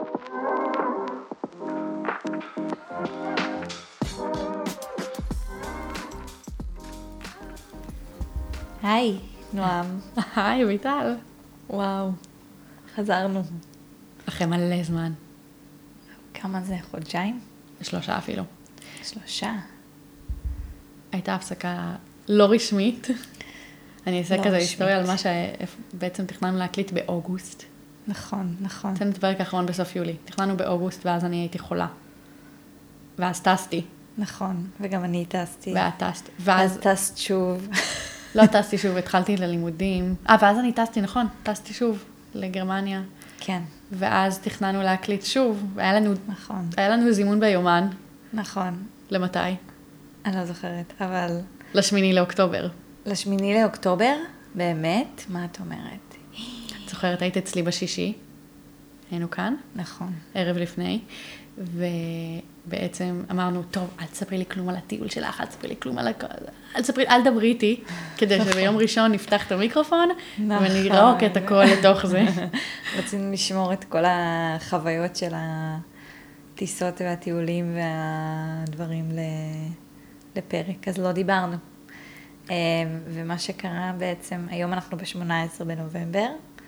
היי, נועם. היי, ויטל. וואו, חזרנו. אחרי מלא זמן. כמה זה? חודשיים? 3 אפילו. 3. הייתה הפסקה לא רשמית. אני אעשה לא כזה רשמית. היסטוריה על מה שבעצם תכננו להקליט באוגוסט. נכון, נכון. נתן את הפרק האחרון בסוף יולי. תכננו באוגוסט ואז אני הייתי חולה. ואז טסתי. נכון, וגם אני טסתי. ואת טסת. ואז טסת שוב. לא טסתי שוב, התחלתי ללימודים. ואז אני טסתי, נכון. טסתי שוב לגרמניה. כן, ואז תכננו להקליט שוב. נכון, היה לנו זימון ביומן. נכון. למתי? אני לא זוכרת, אבל ל8 לאוקטובר. ל8 לאוקטובר, באמת? מה את אומרת? את זוכרת, היית אצלי בשישי, היינו כאן, נכון. ערב לפני, ובעצם אמרנו, טוב, אל תספרי לי כלום על הטיול שלך, אל תספרי לי כלום על אל דברי איתי, כדי שביום ראשון נפתח את המיקרופון, ונרוק את הכל לתוך זה. רצינו לשמור את כל החוויות של הטיסות והטיולים והדברים לפרק, אז לא דיברנו. ומה שקרה בעצם, היום אנחנו ב-18 בנובמבר,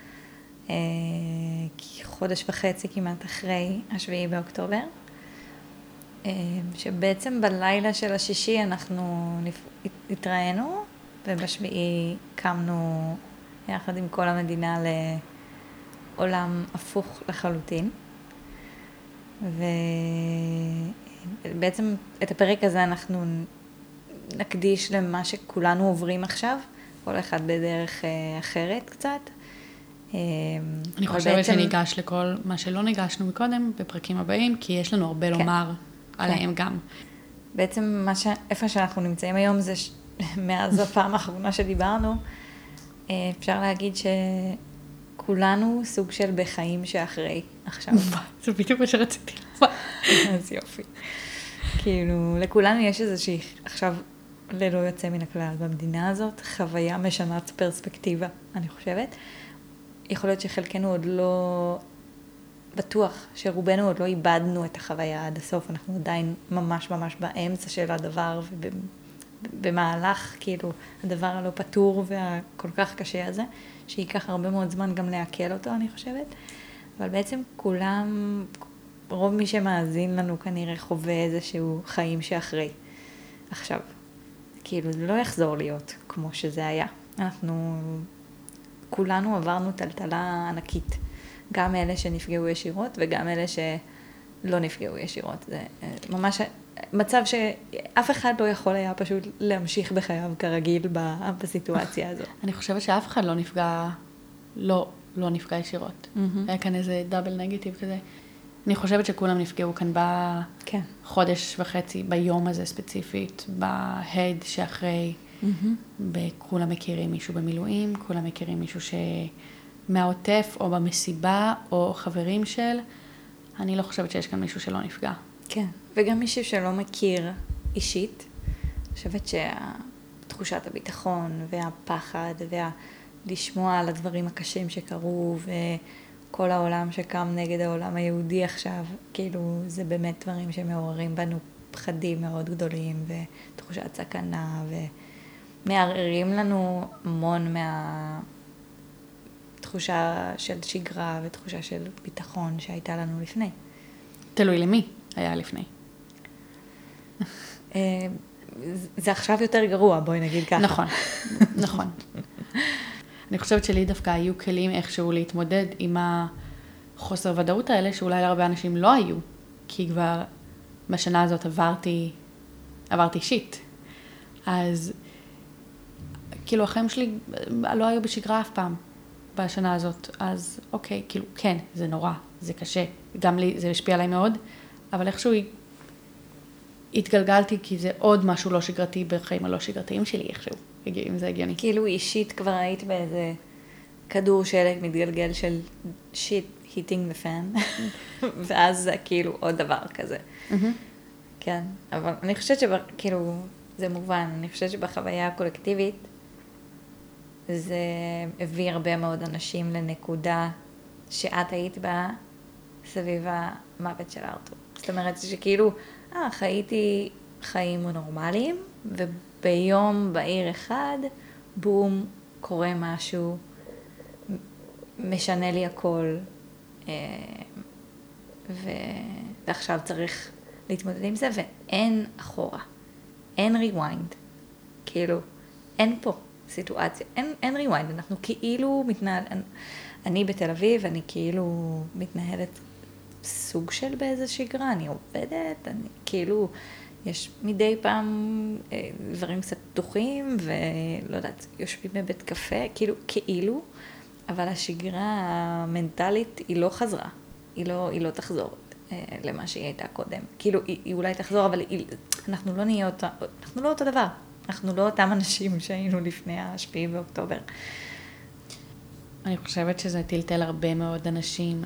חודש וחצי כמעט אחרי 7 באוקטובר, שבעצם בלילה של השישי אנחנו התראינו, ובשביעי קמנו יחד עם כל המדינה לעולם הפוך לחלוטין. ובעצם את הפרק הזה אנחנו נקדיש למה שכולנו עוברים עכשיו, כל אחד בדרך אחרת קצת. אני חושבת שניגש לכל מה שלא ניגשנו מקודם בפרקים הבאים, כי יש לנו הרבה לומר עליהם גם. בעצם איפה שאנחנו נמצאים היום זה מאז הפעם האחרונה שדיברנו, אפשר להגיד שכולנו סוג של בחיים שאחרי עכשיו. זה בדיוק מה שרציתי. אז יופי. כאילו, לכולנו יש איזושהי, עכשיו, ללא יוצא מן הכלל במדינה הזאת, חוויה משנת פרספקטיבה, אני חושבת. יכול להיות שחלקנו עוד לא, בטוח שרובנו עוד לא איבדנו את החוויה עד הסוף, אנחנו עדיין ממש ממש באמצע של הדבר, ובמהלך, כאילו, הדבר הלא פתור והכל כך קשה הזה, שייקח הרבה מאוד זמן גם להקל אותו, אני חושבת. אבל בעצם כולם, רוב מי שמאזין לנו כנראה חווה איזשהו חיים שאחרי. עכשיו, כאילו, זה לא יחזור להיות כמו שזה היה. כולנו עברנו טלטלה ענקית. גם אלה שנפגעו ישירות וגם אלה שלא נפגעו ישירות. זה ממש מצב שאף אחד לא יכול היה פשוט להמשיך בחייו כרגיל בסיטואציה הזאת. אני חושבת שאף אחד לא נפגע ישירות. היה כאן איזה דאבל נגטיב כזה. אני חושבת שכולם נפגעו כאן בחודש וחצי, ביום הזה ספציפית, בהד שאחרי, כולם מכירים מישהו במילואים, כולם מכירים מישהו מהעוטף או במסיבה או חברים של, אני לא חושבת שיש כאן מישהו שלא נפגע. כן, וגם מישהו שלא מכיר אישית, אני חושבת שתחושת הביטחון והפחד ולשמוע על הדברים הקשים שקרו כל העולם שקם נגד העולם היהודי עכשיו, כאילו זה באמת דברים שמעוררים בנו פחדים מאוד גדולים ותחושת סכנה ומערערים לנו המון מהתחושה של שגרה ותחושה של ביטחון שהייתה לנו לפני. תלוי למי היה לפני. זה עכשיו יותר גרוע, בואי נגיד ככה. נכון, נכון. אני חושבת שלי דווקא היו כלים איכשהו להתמודד עם החוסר ודאות האלה, שאולי להרבה אנשים לא היו, כי כבר בשנה הזאת עברתי שיט. אז כאילו החיים שלי לא היו בשגרה אף פעם בשנה הזאת, אז אוקיי, כאילו כן, זה נורא, זה קשה, גם לי זה השפיע עליי מאוד, אבל איכשהו התגלגלתי כי זה עוד משהו לא שגרתי בחיים הלא שגרתיים שלי איכשהו. אם זה הגיוני. כאילו אישית כבר היית באיזה כדור שלג מתגלגל של shit hitting the fan, ואז זה כאילו עוד דבר כזה. כן, אבל אני חושבת שכאילו זה מובן, אני חושבת שבחוויה הקולקטיבית זה הביא הרבה מאוד אנשים לנקודה שאת היית בה סביב המוות של ארתור. זאת אומרת שכאילו, חייתי חיים נורמליים, וביום בהיר אחד, בום, קורה משהו, משנה לי הכל, ועכשיו צריך להתמודד עם זה, ואין אחורה, אין ריוויינד, כאילו, אין פה סיטואציה, אין ריוויינד, אנחנו כאילו אני בתל אביב, אני כאילו מתנהלת סוג של באיזה שגרה, אני עובדת, אני כאילו, יש מדי פעם דברים קצת פתוחים, ולא יודעת, יושבים בבית קפה, כאילו, אבל השגרה המנטלית היא לא חזרה, היא לא תחזור למה שהיא הייתה קודם. כאילו, היא אולי תחזור, אבל אנחנו לא נהיה אנחנו לא אותו דבר. אנחנו לא אותם אנשים שהיינו לפני ה-7 באוקטובר. אני חושבת שזה טלטל הרבה מאוד אנשים.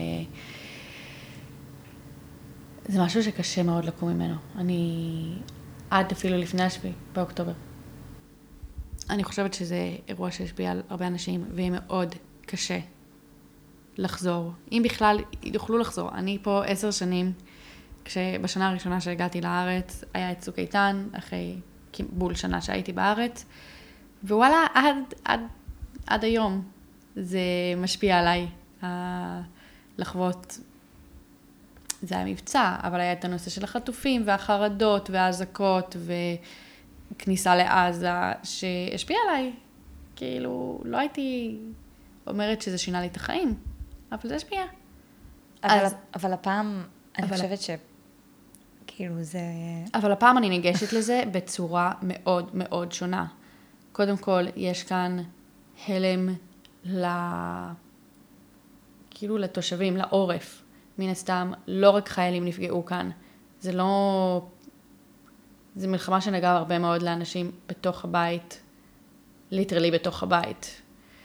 זה משהו שקשה מאוד לקום ממנו. עד אפילו לפני ה-7 באוקטובר. אני חושבת שזה אירוע שהשפיע על הרבה אנשים, ויהיה מאוד קשה לחזור. אם בכלל יוכלו לחזור. אני פה 10 שנים, כשבשנה הראשונה שהגעתי לארץ, היה את צוק איתן, אחרי בול שנה שהייתי בארץ, ווואלה, עד היום זה משפיע עליי, לחוות. זה היה מבצע, אבל היה את הנושא של החטופים, והחרדות, והאזעקות, וכניסה לעזה, שהשפיע עליי. כאילו, לא הייתי אומרת שזה שינה לי את החיים, אבל זה השפיע. אבל הפעם, אני חושבת כאילו זה... אבל הפעם אני ניגשת לזה בצורה מאוד מאוד שונה. קודם כל, יש כאן הלם כאילו לתושבים, לעורף. מן הסתם, לא רק חיילים נפגעו כאן. זה מלחמה שנגעה הרבה מאוד לאנשים בתוך הבית, ליטרלי בתוך הבית.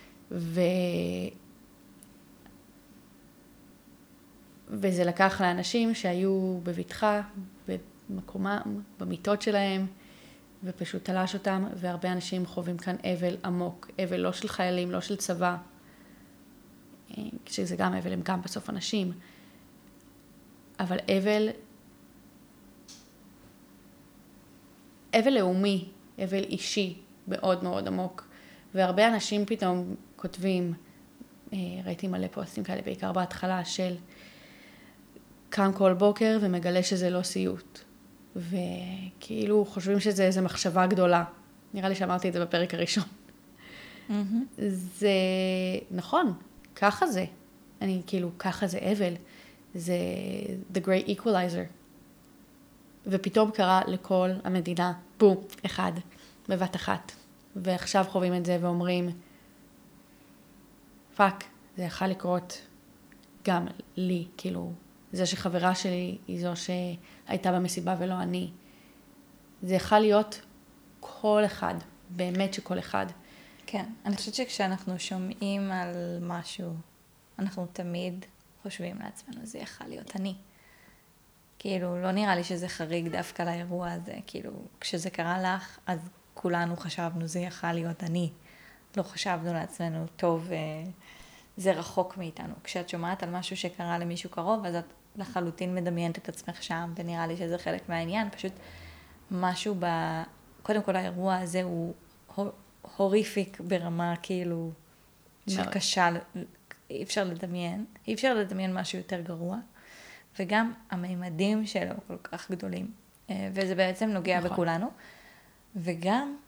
וזה לקח לאנשים שהיו בביטחה, במקומם, במיטות שלהם, ופשוט תלש אותם, והרבה אנשים חווים כאן אבל עמוק, אבל לא של חיילים, לא של צבא, כשזה גם אבל, הם גם בסוף אנשים, אבל אבל לאומי, אבל אישי, מאוד מאוד עמוק, והרבה אנשים פתאום כותבים, ראיתי מלא פוסטים כאלה, בעיקר בהתחלה של קם כל בוקר ומגלה שזה לא סיוט. וכאילו חושבים שזה איזו מחשבה גדולה. נראה לי שאמרתי את זה בפרק הראשון. זה נכון, ככה זה. ככה זה אבל. זה the great equalizer. ופתאום קרה לכל המדינה, בום, אחד, בבת אחת. ועכשיו חווים את זה ואומרים, פאק, זה יכול לקרות גם לי, כאילו, זה שחברה שלי היא זו שהייתה במסיבה ולא אני. זה יכול להיות כל אחד, באמת שכל אחד. כן, אני חושבת שכשאנחנו שומעים על משהו, אנחנו תמיד חושבים לעצמנו, זה יכול להיות אני. כאילו, לא נראה לי שזה חריג דווקא לאירוע הזה. כאילו, כשזה קרה לך, אז כולנו חשבנו, זה יכול להיות אני. לא חשבנו לעצמנו, טוב, זה רחוק מאיתנו. כשאת שומעת על משהו שקרה למישהו קרוב, אז את לחלוטין מדמיינת את עצמך שם, ונראה לי שזה חלק מהעניין. פשוט משהו קודם כל האירוע הזה הוא הוריפיק ברמה כאילו שקשה, אי אפשר לדמיין משהו יותר גרוע, וגם הממדים שלו כל כך גדולים, וזה בעצם נוגע בכולנו, וגם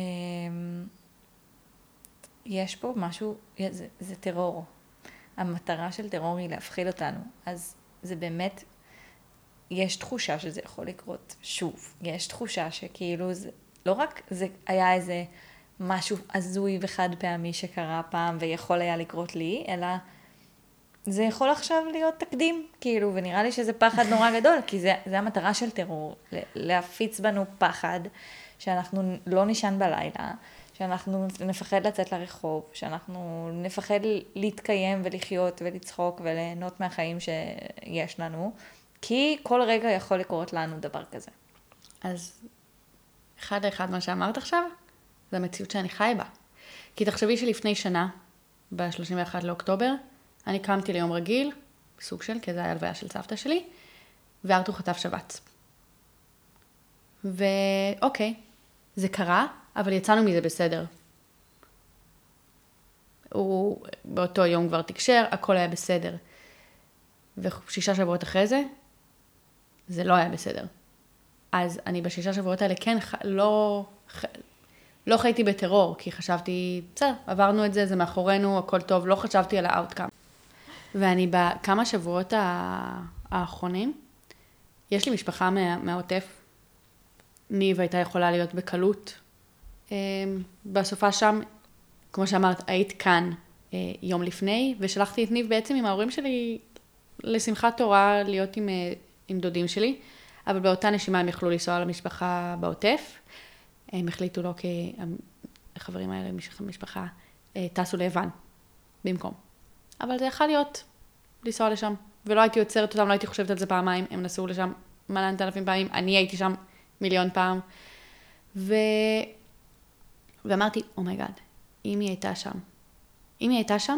יש פה משהו, זה טרור. המטרה של טרור היא להפחיד אותנו, אז זה באמת, יש תחושה שזה יכול לקרות שוב. יש תחושה שכאילו זה, לא רק זה היה איזה משהו הזוי וחד פעמי שקרה פעם ויכול היה לקרות לי, אלא זה יכול עכשיו להיות תקדים, כאילו, ונראה לי שזה פחד נורא גדול, כי זה המטרה של טרור, להפיץ בנו פחד, שאנחנו לא נישן בלילה, שאנחנו נפחד לצאת לרחוב, שאנחנו נפחד להתקיים ולחיות ולצחוק וליהנות מהחיים שיש לנו, כי כל רגע יכול לקרות לנו דבר כזה. אז אחד מה שאמרת עכשיו, זה המציאות שאני חי בה. כי תחשבי שלפני שנה, ב-31 לאוקטובר, אני קמתי ליום רגיל, סוג של, כי זה היה הלוויה של סבתא שלי, וארתור חטף שבץ. ואוקיי, זה קרה, אבל יצאנו מזה בסדר. הוא באותו יום כבר תקשר, הכל היה בסדר. ו6 שבועות אחרי זה, זה לא היה בסדר. אז אני ב6 שבועות האלה כן לא חייתי בטרור, כי חשבתי, בסדר, עברנו את זה, זה מאחורינו, הכל טוב, לא חשבתי על האוטקאם. ואני בכמה שבועות האחרונים, יש לי משפחה מהעוטף, ניב הייתה יכולה להיות בקלות. בסופה שם, כמו שאמרת, היית כאן יום לפני, ושלחתי את ניב בעצם עם ההורים שלי לשמחת תורה להיות עם דודים שלי, אבל באותה נשימה הם יכלו לנסוע למשפחה בעוטף. הם החליטו לו כי החברים האלה משפחה טסו ליוון במקום. אבל זה יכול להיות לנסוע לשם, ולא הייתי יוצרת אותם, לא הייתי חושבת על זה פעמיים, הם נסעו לשם מלנת אלפים פעמים, אני הייתי שם מיליון פעם, ואמרתי, אומייגאד, אם היא הייתה שם,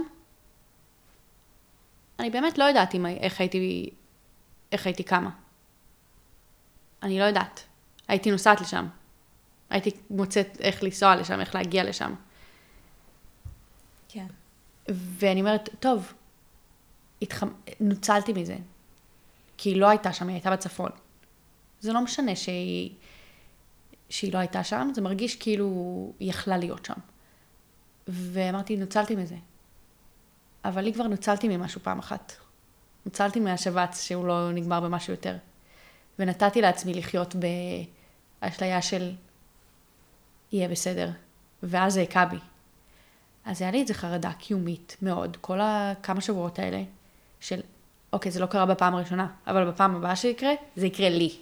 אני באמת לא יודעת איך הייתי קמה. אני לא יודעת. הייתי נוסעת לשם. הייתי מוצאת איך לנסוע לשם, איך להגיע לשם. כן. ואני אומרת, טוב, נוצלתי מזה. כי היא לא הייתה שם, היא הייתה בצפון. זה לא משנה שהיא לא הייתה שם, זה מרגיש כאילו היא יכלה להיות שם. ואמרתי, נוצלתי מזה. אבל לי כבר נוצלתי ממשהו פעם אחת. נוצלתי מהשבץ שהוא לא נגמר במשהו יותר. ונתתי לעצמי לחיות באשליה של יהיה בסדר. ואז זה הכה בי. אז היה לי את זה חרדה קיומית מאוד, כל כמה שבועות האלה, של אוקיי, זה לא קרה בפעם הראשונה, אבל בפעם הבאה שיקרה, זה יקרה לי.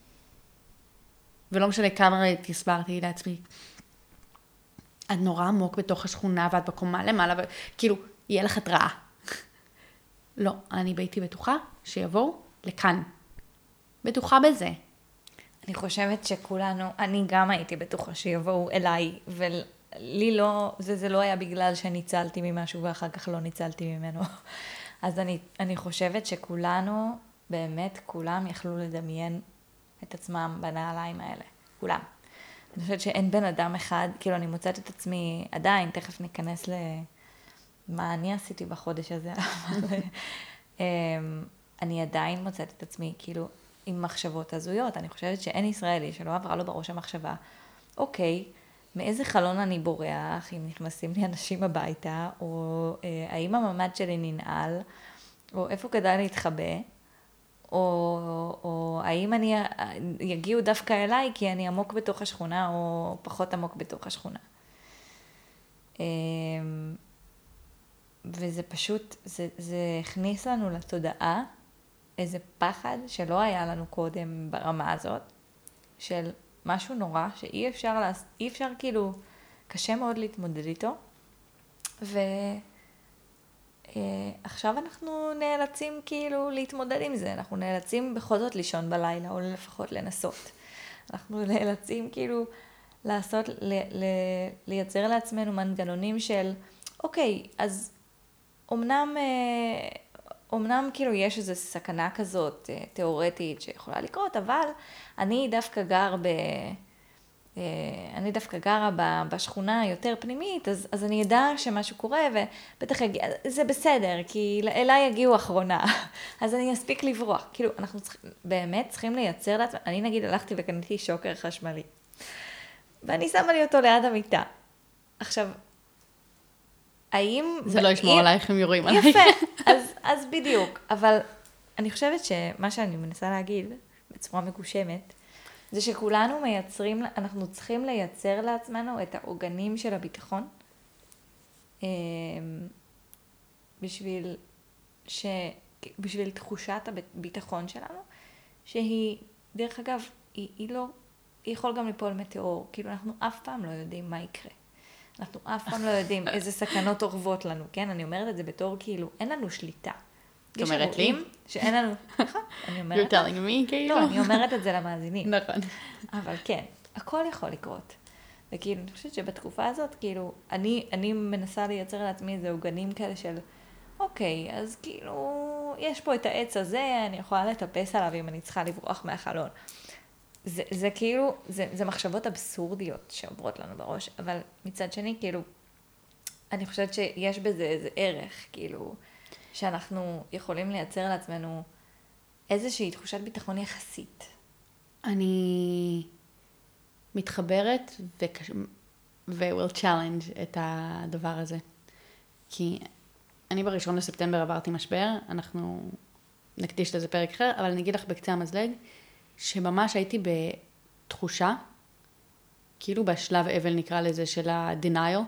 ולא משנה כמה הסברתי לעצמי, את נורא עמוק בתוך השכונה, ואת בקומה למעלה, וכאילו, יהיה לך התראה. לא, אני הייתי בטוחה שיבואו לכאן. בטוחה בזה. אני חושבת שכולנו, אני גם הייתי בטוחה שיבואו אליי, ולי לא, זה לא היה בגלל שניצלתי ממשהו ואחר כך לא ניצלתי ממנו. אז אני חושבת שכולנו, באמת כולם יכלו לדמיין את עצמם בנעליים האלה. כולם. אני חושבת שאין בן אדם אחד, כאילו אני מוצאת את עצמי עדיין, תכף ניכנס למה אני עשיתי בחודש הזה, אבל אני עדיין מוצאת את עצמי כאילו עם מחשבות הזויות. אני חושבת שאין ישראלי שלא עברה לו בראש המחשבה, אוקיי, מאיזה חלון אני בורח, אם נכנסים לי אנשים הביתה, או האם הממד שלי ננעל, או איפה כדאי להתחבא, או האם יגיעו דווקא אליי כי אני עמוק בתוך השכונה, או פחות עמוק בתוך השכונה. וזה פשוט, זה הכניס לנו לתודעה איזה פחד שלא היה לנו קודם ברמה הזאת, של משהו נורא שאי אפשר כאילו, קשה מאוד להתמודד איתו. עכשיו אנחנו נאלצים כאילו להתמודד עם זה, אנחנו נאלצים בכל זאת לישון בלילה, או לפחות לנסות. אנחנו נאלצים כאילו לייצר לעצמנו מנגנונים של, אוקיי, אז אמנם כאילו יש איזו סכנה כזאת תיאורטית שיכולה לקרות, אבל אני דווקא גרה בשכונה יותר פנימית, אז אני אדע שמשהו קורה, ובטח זה בסדר, כי אליי יגיעו אחרונה, אז אני אספיק לברוח. כאילו, אנחנו באמת צריכים לייצר לעצמנו, אני נגיד הלכתי וקניתי שוקר חשמלי, ואני שמה לי אותו ליד המיטה. עכשיו, זה לא ישמור עלייך אם יורים עלייך. יפה, אז בדיוק. אבל אני חושבת שמה שאני מנסה להגיד, בצורה מגושמת, זה שכולנו אנחנו צריכים לייצר לעצמנו את העוגנים של הביטחון, בשביל תחושת הביטחון שלנו, שהיא, דרך אגב, היא יכול גם ליפול מטאור, כאילו אנחנו אף פעם לא יודעים מה יקרה. אנחנו אף פעם לא יודעים איזה סכנות אורבות לנו, כן? אני אומרת את זה בתור כאילו, אין לנו שליטה. את אומרת לי? שאין לנו, נכון, אני אומרת. You're telling me, כאילו. לא, אני אומרת את זה למאזינים. נכון. אבל כן, הכל יכול לקרות. וכאילו, אני חושבת שבתקופה הזאת, כאילו, אני מנסה לייצר לעצמי איזה עוגנים כאלה של, אוקיי, אז כאילו, יש פה את העץ הזה, אני יכולה לטפס עליו אם אני צריכה לברוח מהחלון. זה כאילו, זה מחשבות אבסורדיות שעוברות לנו בראש, אבל מצד שני, כאילו, אני חושבת שיש בזה איזה ערך, כאילו, שאנחנו יכולים לייצר לעצמנו איזושהי תחושת ביטחון יחסית. אני מתחברת ו-will challenge את הדבר הזה. כי אני ב1 לספטמבר עברתי משבר, אנחנו נקדיש לזה פרק אחר, אבל אני אגיד לך בקצה המזלג, שממש הייתי בתחושה, כאילו בשלב אבל נקרא לזה של ה-denial,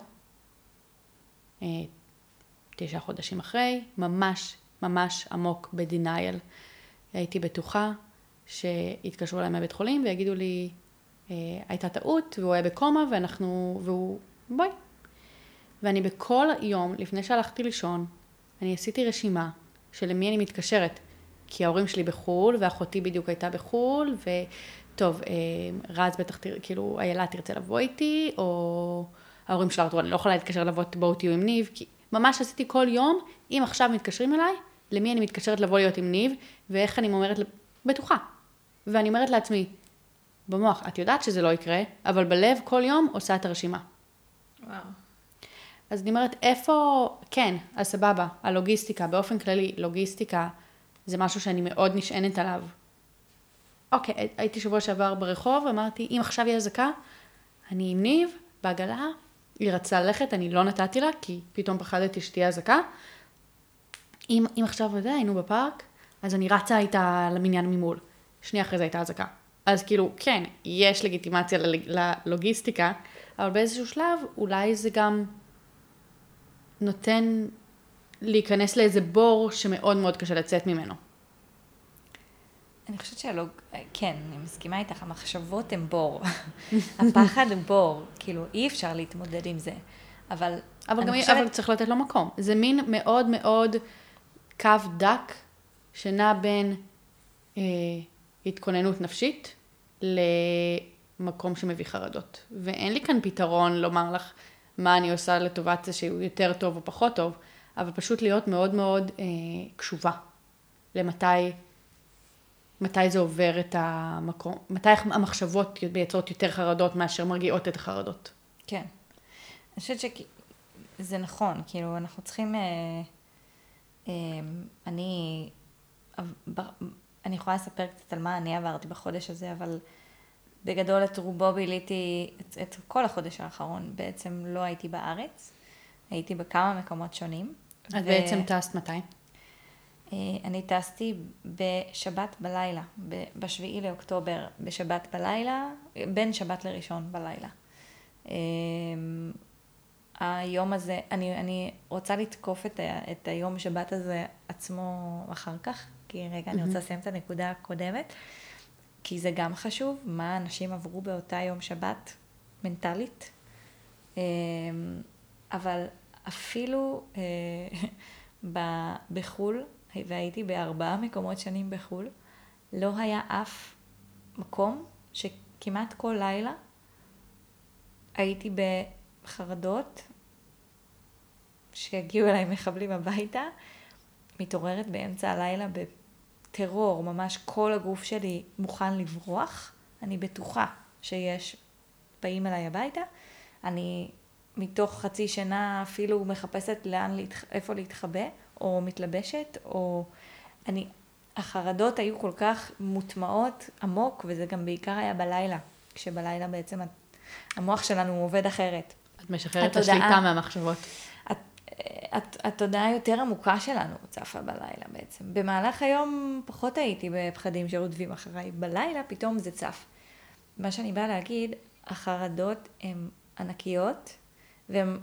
9 חודשים אחרי, ממש עמוק ב-denial. הייתי בטוחה שהתקשרו אליי מהבית חולים ויגידו לי, הייתה טעות והוא היה בקומה והוא בואי. ואני בכל יום, לפני שהלכתי לישון, אני עשיתי רשימה של למי אני מתקשרת. כי ההורים שלי בחול, ואחותי בדיוק הייתה בחול, וטוב, רז בטח, כאילו, איילה תרצה לבוא איתי, או ההורים שלה, אני לא יכולה להתקשר לבוא, בואו תהיו עם ניב, כי ממש עשיתי כל יום, אם עכשיו מתקשרים אליי, למי אני מתקשרת לבוא להיות עם ניב, ואיך אני אומרת, בטוחה. ואני אומרת לעצמי, במוח, את יודעת שזה לא יקרה, אבל בלב כל יום עושה את הרשימה. וואו. אז אני אומרת, איפה, כן, אז סבבה, הלוגיסטיקה, באופן כללי, לוגיסטיקה, זה משהו שאני מאוד נשענת עליו. אוקיי, הייתי שבוע שעבר ברחוב, אמרתי, אם עכשיו יהיה אזעקה, אני עם ניב, בעגלה, היא רצה ללכת, אני לא נתתי לה, כי פתאום פחדתי שתהיה אזעקה. אם עכשיו היינו בפארק, אז אני רצה איתה למניין ממול. שנייה אחרי זה הייתה אזעקה. אז כאילו, כן, יש לגיטימציה ללוגיסטיקה, אבל באיזשהו שלב, אולי זה גם נותן להיכנס לאיזה בור שמאוד מאוד קשה לצאת ממנו. אני חושבת כן, אני מסכימה איתך, המחשבות הן בור. הפחד הוא בור, כאילו אי אפשר להתמודד עם זה. אבל אבל צריך לתת לו מקום. זה מין מאוד מאוד קו דק, שנע בין התכוננות נפשית למקום שמביא חרדות. ואין לי כאן פתרון לומר לך מה אני עושה לטובת זה שהוא יותר טוב או פחות טוב, אבל פשוט להיות מאוד מאוד קשובה למתי זה עובר את המקום, מתי המחשבות מייצרות יותר חרדות מאשר מרגיעות את החרדות. כן. אני חושבת שזה נכון, כאילו אנחנו צריכים, אני יכולה לספר קצת על מה אני עברתי בחודש הזה, אבל בגדול את רובו ביליתי, את כל החודש האחרון בעצם לא הייתי בארץ, הייתי בכמה מקומות שונים. את בעצם טסת מתי? אני טסתי בשבת בלילה, ב7 לאוקטובר בשבת בלילה, בין שבת לראשון בלילה. היום הזה, אני רוצה לתקוף את היום שבת הזה עצמו אחר כך, כי רגע אני רוצה לסיים את הנקודה הקודמת, כי זה גם חשוב, מה אנשים עברו באותה יום שבת מנטלית, אבל אפילו בחול, והייתי ב4 מקומות שנים בחול, לא היה אף מקום שכמעט כל לילה הייתי בחרדות שהגיעו אליי מחבלים הביתה, מתעוררת באמצע הלילה בטרור, ממש כל הגוף שלי מוכן לברוח, אני בטוחה שיש באים אליי הביתה, אני מתוך חצי שנה אפילו מחפשת איפה להתחבא, או מתלבשת, או החרדות היו כל כך מוטמעות עמוק, וזה גם בעיקר היה בלילה, כשבלילה בעצם המוח שלנו עובד אחרת. את משחררת את השליטה מהמחשבות. התודעה יותר עמוקה שלנו צפה בלילה בעצם. במהלך היום פחות הייתי בפחדים שרודפים אחריי, בלילה פתאום זה צף. מה שאני באה להגיד, החרדות הן ענקיות, והן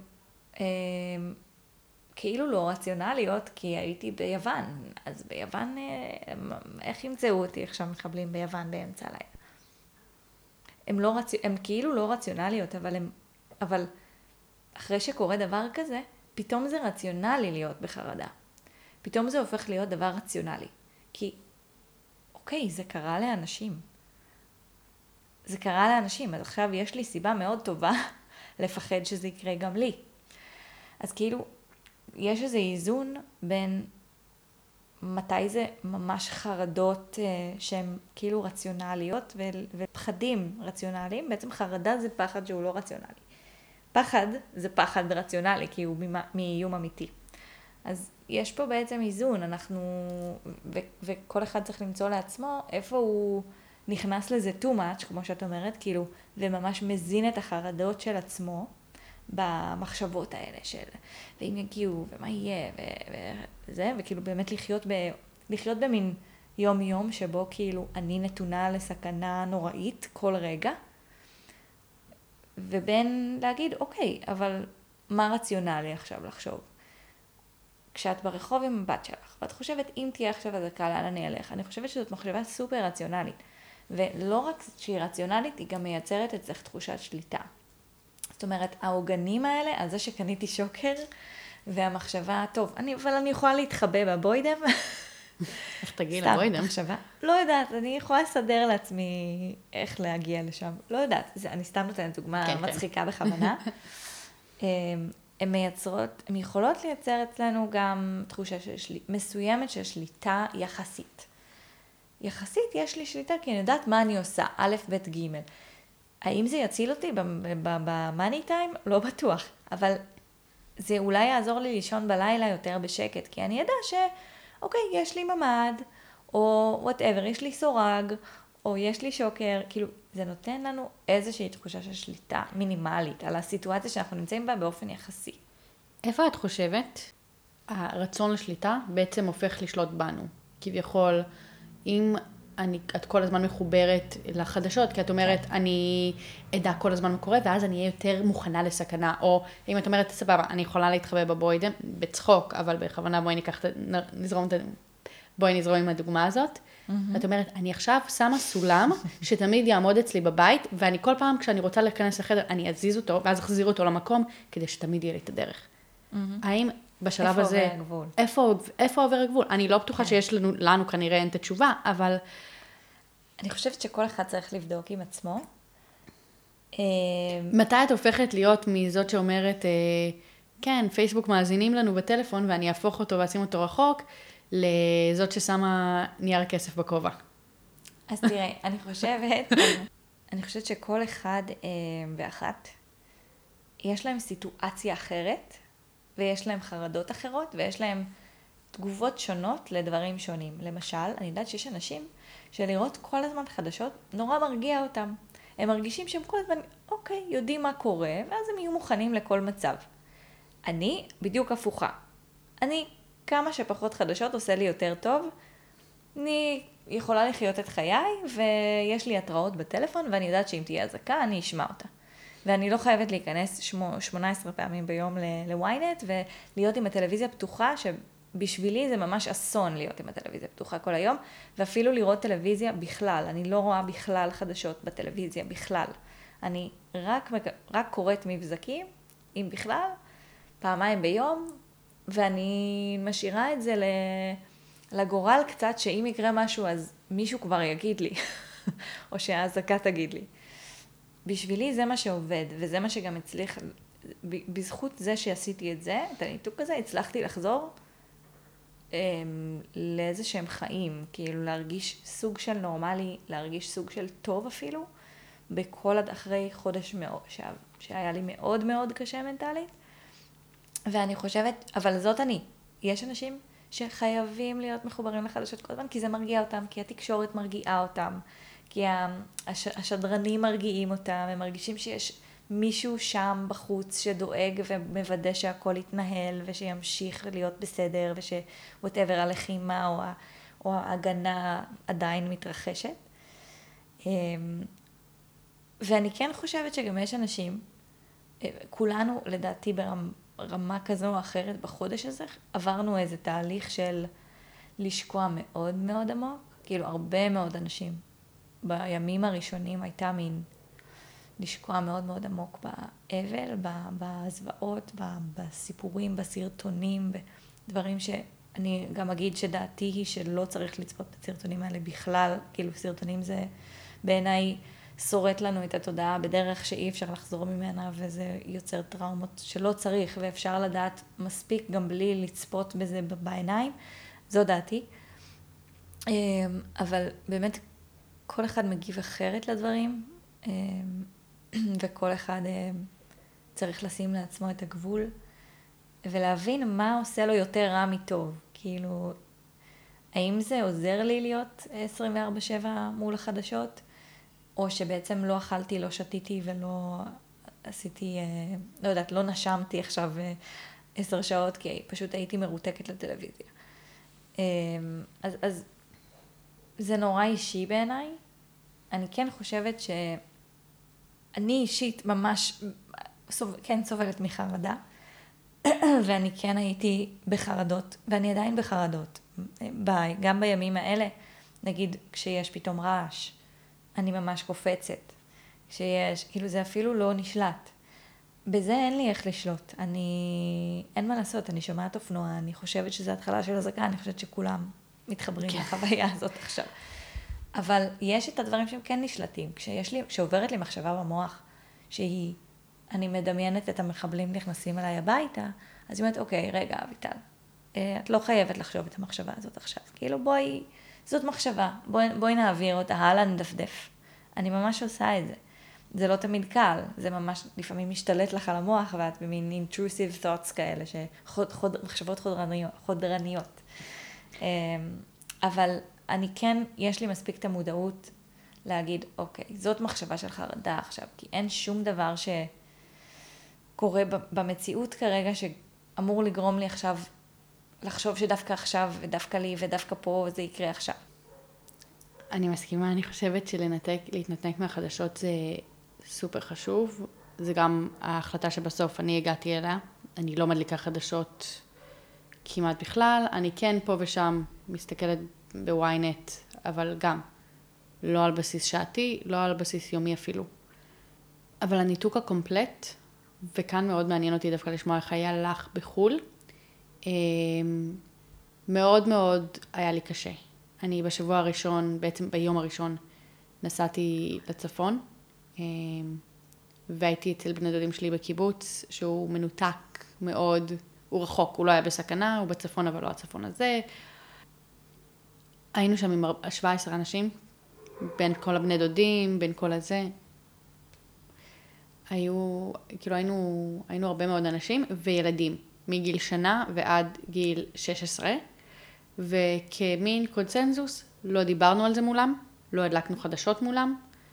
כאילו לא רציונליות, כי הייתי ביוון. אז ביוון, איך ימצאו אותי עכשיו מחבלים ביוון באמצע הלילה? הן כאילו לא רציונליות, אבל אחרי שקורה דבר כזה, פתאום זה רציונלי להיות בחרדה. פתאום זה הופך להיות דבר רציונלי. כי, אוקיי, זה קרה לאנשים. זה קרה לאנשים, אז עכשיו יש לי סיבה מאוד טובה לפחד שזה יקרה גם לי. אז כאילו, יש איזה איזון בין מתי זה ממש חרדות שהן כאילו רציונליות ופחדים רציונליים. בעצם חרדה זה פחד שהוא לא רציונלי. פחד זה פחד רציונלי, כי הוא מאיום אמיתי. אז יש פה בעצם איזון, וכל אחד צריך למצוא לעצמו איפה הוא נכנס לזה too much, כמו שאת אומרת, כאילו, וממש מזין את החרדות של עצמו במחשבות האלה של, ואם יגיעו, ומה יהיה, וזה, וכאילו באמת לחיות במין יום שבו כאילו אני נתונה לסכנה נוראית כל רגע, ובין להגיד, אוקיי, אבל מה רציונלי עכשיו לחשוב? כשאת ברחוב עם הבת שלך, ואת חושבת, אם תהיה עכשיו אזעקה, לאן אני אלך? אני חושבת שזאת מחשבה סופר רציונלית. ולא רק שהיא רציונלית, היא גם מייצרת אצלך תחושת שליטה. זאת אומרת, העוגנים האלה, על זה שקניתי שוקר, והמחשבה, טוב, אבל אני יכולה להתחבא בבוידם. איך תגיעי לבוידם? סתם מחשבה. לא יודעת, אני יכולה לסדר לעצמי איך להגיע לשם. לא יודעת, אני סתם נותנת דוגמה מצחיקה בכוונה. הן יכולות לייצר אצלנו גם תחושה מסוימת של שליטה יחסית. יחסית יש לי שליטה, כי אני יודעת מה אני עושה, א', ב', ג'. האם זה יציל אותי במאני טיים? לא בטוח. אבל זה אולי יעזור לי לישון בלילה יותר בשקט, כי אני יודע אוקיי, יש לי ממד, או whatever, יש לי סורג, או יש לי שוקר, כאילו, זה נותן לנו איזושהי תחושה של שליטה מינימלית על הסיטואציה שאנחנו נמצאים בה באופן יחסי. איפה את חושבת הרצון לשליטה בעצם הופך לשלוט בנו? כביכול, אם את כל הזמן מחוברת לחדשות, כי את אומרת, אני אדע כל הזמן מה קורה, ואז אני אהיה יותר מוכנה לסכנה, או אם את אומרת, סבבה, אני יכולה להתחבא בבוידם, בצחוק, אבל בכוונה בואי נזרום עם הדוגמה הזאת. את אומרת, אני עכשיו שמה סולם שתמיד יעמוד אצלי בבית, ואני כל פעם כשאני רוצה להיכנס לחדר, אני אזיז אותו, ואז אחזיר אותו למקום, כדי שתמיד יהיה לי את הדרך. האם בשלב הזה... איפה עובר הגבול? איפה עובר הגבול? אני לא בטוחה שיש לנו כנראה אין את התשובה, אבל... אני חושבת שכל אחד צריך לבדוק עם עצמו. מתי את הופכת להיות מזאת שאומרת, כן, פייסבוק מאזינים לנו בטלפון, ואני אהפוך אותו ואשים אותו רחוק, לזאת ששמה נייר כסף בכובע? אז תראה, אני חושבת שכל אחד ואחת, יש להם סיטואציה אחרת, ויש להם חרדות אחרות, ויש להם תגובות שונות לדברים שונים. למשל, אני יודעת שיש אנשים שלראות כל הזמן חדשות נורא מרגיע אותם. הם מרגישים שהם כל הזמן, אוקיי, יודעים מה קורה, ואז הם יהיו מוכנים לכל מצב. אני בדיוק הפוכה. אני כמה שפחות חדשות עושה לי יותר טוב. אני יכולה לחיות את חיי, ויש לי התראות בטלפון, ואני יודעת שאם תהיה אזעקה, אני אשמע אותה. ואני לא חייבת להיכנס 18 פעמים ביום לוויינט, ולהיות עם הטלוויזיה פתוחה, שבשבילי זה ממש אסון להיות עם הטלוויזיה פתוחה כל היום, ואפילו לראות טלוויזיה בכלל. אני לא רואה בכלל חדשות בטלוויזיה, בכלל. אני רק קוראת מבזקים, אם בכלל, פעמיים ביום, ואני משאירה את זה לגורל קצת, שאם יקרה משהו, אז מישהו כבר יגיד לי, או שהאזעקה תגיד לי. בשבילי זה מה שעובד, וזה מה שגם הצליח, בזכות זה שעשיתי את זה, את הניתוק הזה, הצלחתי לחזור לאיזה שהם חיים, כאילו להרגיש סוג של נורמלי, להרגיש סוג של טוב אפילו, אחרי חודש שהיה לי מאוד מאוד קשה מנטלית, ואני חושבת, אבל זאת אני. יש אנשים שחייבים להיות מחוברים לחדשות כל הזמן, כי זה מרגיע אותם, כי התקשורת מרגיעה אותם, כי השדרנים מרגיעים אותם, הם מרגישים שיש מישהו שם בחוץ שדואג ומוודא שהכל יתנהל, ושימשיך להיות בסדר, ושווטאבר הלחימה או ההגנה עדיין מתרחשת. ואני כן חושבת שגם יש אנשים, כולנו לדעתי ברמה כזו או אחרת בחודש הזה, עברנו איזה תהליך של לשקוע מאוד מאוד עמוק, כאילו הרבה מאוד אנשים בימים הראשונים הייתה מין לשקוע מאוד מאוד עמוק באבל, בזוועות, בסיפורים, בסרטונים, בדברים שאני גם אגיד שדעתי היא שלא צריך לצפות בסרטונים האלה בכלל, כאילו סרטונים זה בעיניי שורט לנו את התודעה בדרך שאי אפשר לחזור ממנה, וזה יוצר טראומות שלא צריך, ואפשר לדעת מספיק גם בלי לצפות בזה בעיניים, זו דעתי. אבל באמת כל אחד מגיב אחרת לדברים, וכל אחד צריך לשים לעצמו את הגבול, ולהבין מה עושה לו יותר רע מטוב. כאילו, האם זה עוזר לי להיות 24/7 מול החדשות, או שבעצם לא אכלתי, לא שתיתי ולא עשיתי, לא יודעת, לא נשמתי עכשיו 10 שעות, כי פשוט הייתי מרותקת לטלוויזיה. אז זה נורא אישי בעיניי. אני כן חושבת שאני אישית ממש, כן סובלת מחרדה, ואני כן הייתי בחרדות, ואני עדיין בחרדות. גם בימים האלה, נגיד כשיש פתאום רעש, אני ממש קופצת. כשיש, כאילו זה אפילו לא נשלט. בזה אין לי איך לשלוט. אין מה לעשות, אני שומעת אופנוע, אני חושבת שזה התחלה של הזקה, אני חושבת שכולם מתחברים לחוויה הזאת עכשיו. אבל יש את הדברים שהם כן נשלטים. כשעוברת לי מחשבה במוח, אני מדמיינת את המחבלים נכנסים אליי הביתה, אז היא אומרת, אוקיי, רגע, אביטל, את לא חייבת לחשוב את המחשבה הזאת עכשיו. כאילו זאת מחשבה, בואי נעביר אותה, הלאה נדפדף. אני ממש עושה את זה. זה לא תמיד קל, זה ממש לפעמים משתלט לך על המוח, ואת במין intrusive thoughts כאלה, מחשבות חודרניות. אבל אני כן, יש לי מספיק את המודעות להגיד, אוקיי, זאת מחשבה של חרדה עכשיו, כי אין שום דבר שקורה במציאות כרגע, שאמור לגרום לי עכשיו, לחשוב שדווקא עכשיו, ודווקא לי, ודווקא פה, זה יקרה עכשיו. אני מסכימה, אני חושבת להתנתק מהחדשות זה סופר חשוב. זה גם ההחלטה שבסוף אני הגעתי אליה. אני לא מדליקה חדשות כמעט בכלל. אני כן פה ושם מסתכלת בוויינט, אבל גם לא על בסיס שעתי, לא על בסיס יומי אפילו. אבל הניתוק הקומפלט, וכאן מאוד מעניין אותי דווקא לשמוע איך היה לך בחול, מאוד מאוד היה לי קשה. אני בשבוע הראשון, בעצם ביום הראשון, נסעתי לצפון, והייתי אצל בני דודים שלי בקיבוץ, שהוא מנותק מאוד, הוא רחוק, הוא לא היה בסכנה, הוא בצפון, אבל לא הצפון הזה. היינו שם עם 17 אנשים, בין כל הבני דודים, בין כל הזה. היינו הרבה מאוד אנשים וילדים, מגיל שנה ועד גיל 16, וכמין קונצנזוס, לא דיברנו על זה מולם, לא הדלקנו חדשות מולם,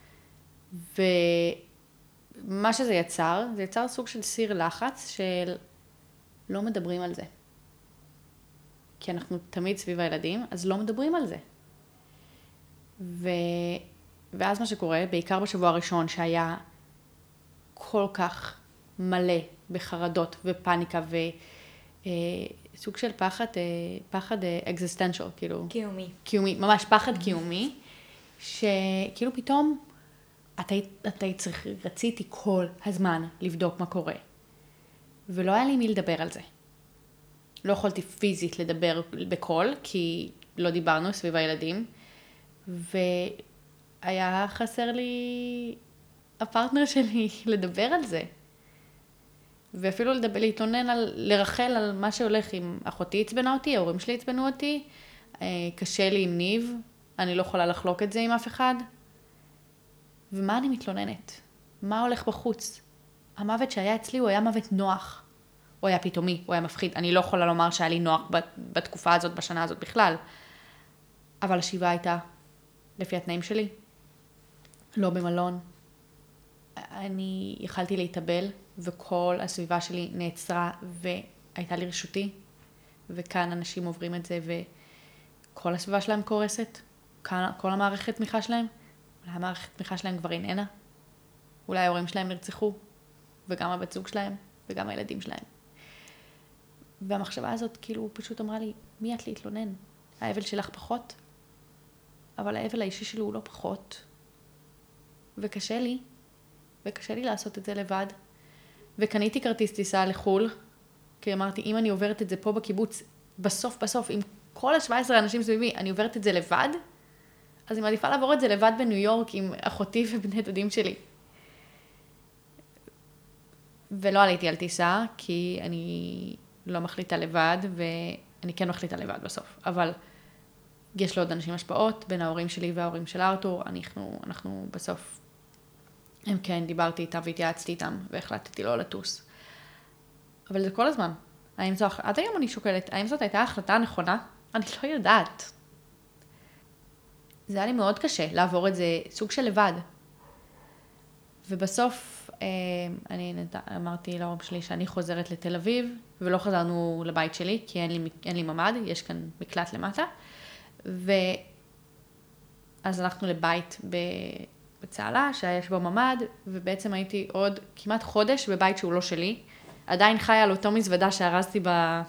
ומה שזה יצר, זה יצר סוג של סיר לחץ של לא מדברים על זה. כי אנחנו תמיד סביב הילדים, אז לא מדברים על זה. ואז מה שקורה, בעיקר בשבוע הראשון שהיה כל כך מלא בחרדות ופניקה וסוג של פחד אקזיסטנציאל, כאילו. קיומי, ממש פחד קיומי, שכאילו פתאום רציתי כל הזמן לבדוק מה קורה. ולא היה לי מי לדבר על זה. לא יכולתי פיזית לדבר בקול, כי לא דיברנו סביב הילדים, והיה חסר לי הפרטנר שלי לדבר על זה. ואפילו להתלונן לרחל על מה שהולך עם אחותי עצבנה אותי, ההורים שלי עצבנו אותי, קשה לי עם ניב, אני לא יכולה לחלוק את זה עם אף אחד. ומה אני מתלוננת? מה הולך בחוץ? המוות שהיה אצלי הוא היה מוות נוח. הוא היה פתאומי, הוא היה מפחיד. אני לא יכולה לומר שהיה לי נוח בתקופה הזאת, בשנה הזאת בכלל. אבל השבעה הייתה לפי התנאים שלי. לא במלון. אני יכלתי להתאבל, וכל הסביבה שלי נעצרה והייתה לרשותי. וכאן אנשים עוברים את זה, וכל הסביבה שלהם קורסת. כל המערכת תמיכה שלהם. אולי המערכת תמיכה שלהם כבר איננה. אולי ההורים שלהם נרצחו, וגם הבת זוג שלהם, וגם הילדים שלהם. והמחשבה הזאת כאילו פשוט אמרה לי, מי את להתלונן? האבל שלך פחות, אבל האבל האישי שלו הוא לא פחות. וקשה לי לעשות את זה לבד. וקניתי כרטיס טיסה לחול, כי אמרתי, אם אני עוברת את זה פה בקיבוץ, בסוף, עם כל ה-17 אנשים סביבי, אני עוברת את זה לבד, אז אני מעדיפה לעבור את זה לבד בניו יורק עם אחותי ובני דודים שלי. ולא עליתי על טיסה, כי אני לא מחליטה לבד, אני כן מחליטה לבד בסוף, אבל יש לו עוד אנשים השפעות, בין ההורים שלי וההורים של ארתור, אנחנו בסוף, הם כן, דיברתי איתם והתייעצתי איתם, והחלטתי לא לטוס. אבל זה כל הזמן. עד היום אני שוקלת, האם זאת הייתה החלטה נכונה? אני לא יודעת. זה היה לי מאוד קשה לעבור את זה סוג של לבד. ובסוף אני אמרתי להורים שלי שאני חוזרת לתל אביב, ולא חזרנו לבית שלי, כי אין לי ממ"ד, יש כאן מקלט למטה. ואז הלכנו לבית בצהלה, שיש בו ממ"ד, ובעצם הייתי עוד כמעט חודש בבית שהוא לא שלי. עדיין חיה על אותו מזוודה שהרזתי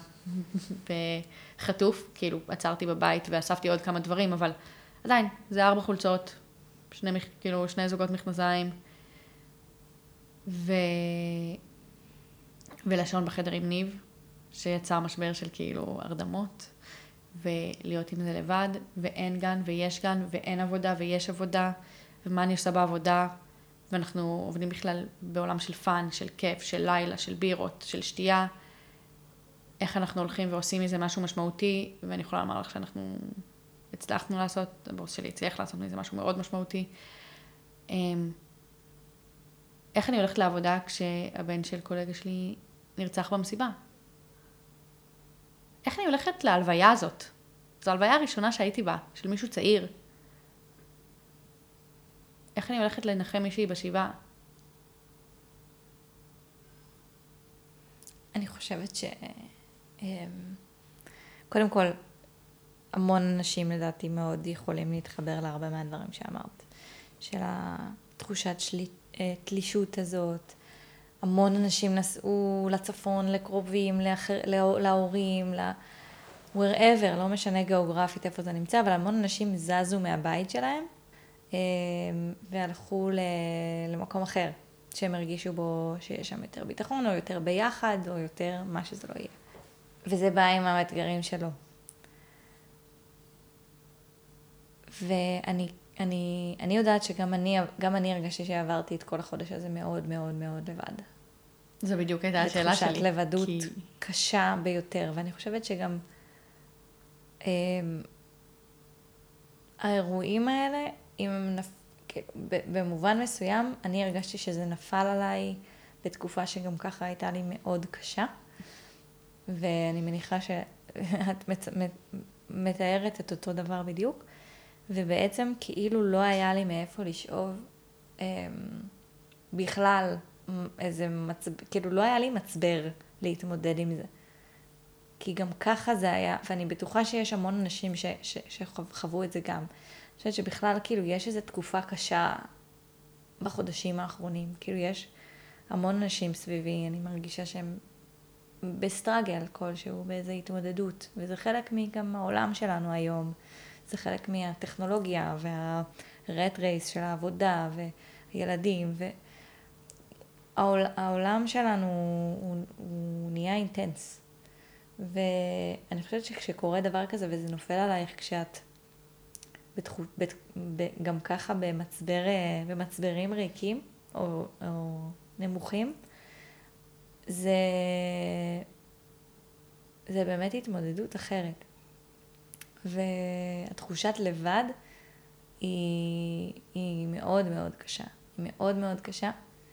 בחטוף, כאילו עצרתי בבית ואספתי עוד כמה דברים, אבל עדיין, זה 4 חולצות, שני זוגות מכנסיים, ולשון בחדר עם ניב, שיצר משבר של כאילו הרדמות, ולהיות עם זה לבד, ואין גן ויש גן, ואין עבודה ויש עבודה, ומה אני עושה בעבודה, ואנחנו עובדים בכלל בעולם של פאן, של כיף, של לילה, של בירות, של שתייה, איך אנחנו הולכים ועושים מזה משהו משמעותי, ואני יכולה לומר לך שאנחנו הצלחנו לעשות, הבוס שלי הצליח לעשות מזה משהו מאוד משמעותי. איך אני הולכת לעבודה כשהבן של קולגה שלי נרצח במסיבה? איך אני הולכת להלוויה הזאת? זו ההלוויה הראשונה שהייתי בה, של מישהו צעיר. איך אני הולכת לנחם מישהי בשבעה? אני חושבת קודם כל, המון אנשים לדעתי מאוד יכולים להתחבר להרבה מהדברים שאמרת. של התחושת תלישות הזאת. המון אנשים נסעו לצפון, לקרובים, להורים, wherever, לא משנה גיאוגרפית איפה זה נמצא, אבל המון אנשים זזו מהבית שלהם, והלכו למקום אחר, שהם הרגישו בו שיש שם יותר ביטחון, או יותר ביחד, או יותר מה שזה לא יהיה. וזה בא עם האתגרים שלו. ואני יודעת שגם אני הרגשתי שעברתי את כל החודש הזה מאוד מאוד מאוד לבד. זו בדיוק הייתה השאלה שלי. בתחושת לבדות קשה ביותר, ואני חושבת שגם האירועים האלה, אם הם במובן מסוים, אני הרגשתי שזה נפל עליי בתקופה שגם ככה הייתה לי מאוד קשה, ואני מניחה שאת מתארת את אותו דבר בדיוק, ובעצם כאילו לא היה לי מאיפה לשאוב בכלל כאילו לא היה לי מצבר להתמודד עם זה. כי גם ככה זה היה, ואני בטוחה שיש המון אנשים שחוו את זה גם. אני חושבת שבכלל כאילו יש איזו תקופה קשה בחודשים האחרונים. כאילו יש המון אנשים סביבי, אני מרגישה שהם בסטרגל כלשהו, באיזו התמודדות. וזה חלק גם העולם שלנו היום. זה חלק מהטכנולוגיה והרט רייס של העבודה והילדים. העולם שלנו הוא נהיה אינטנס. ואני חושבת שכשקורה דבר כזה וזה נופל עלייך כשאת גם ככה במצברים ריקים או נמוכים, זה באמת התמודדות אחרת. והתחושת לבד היא מאוד מאוד קשה. היא מאוד מאוד קשה.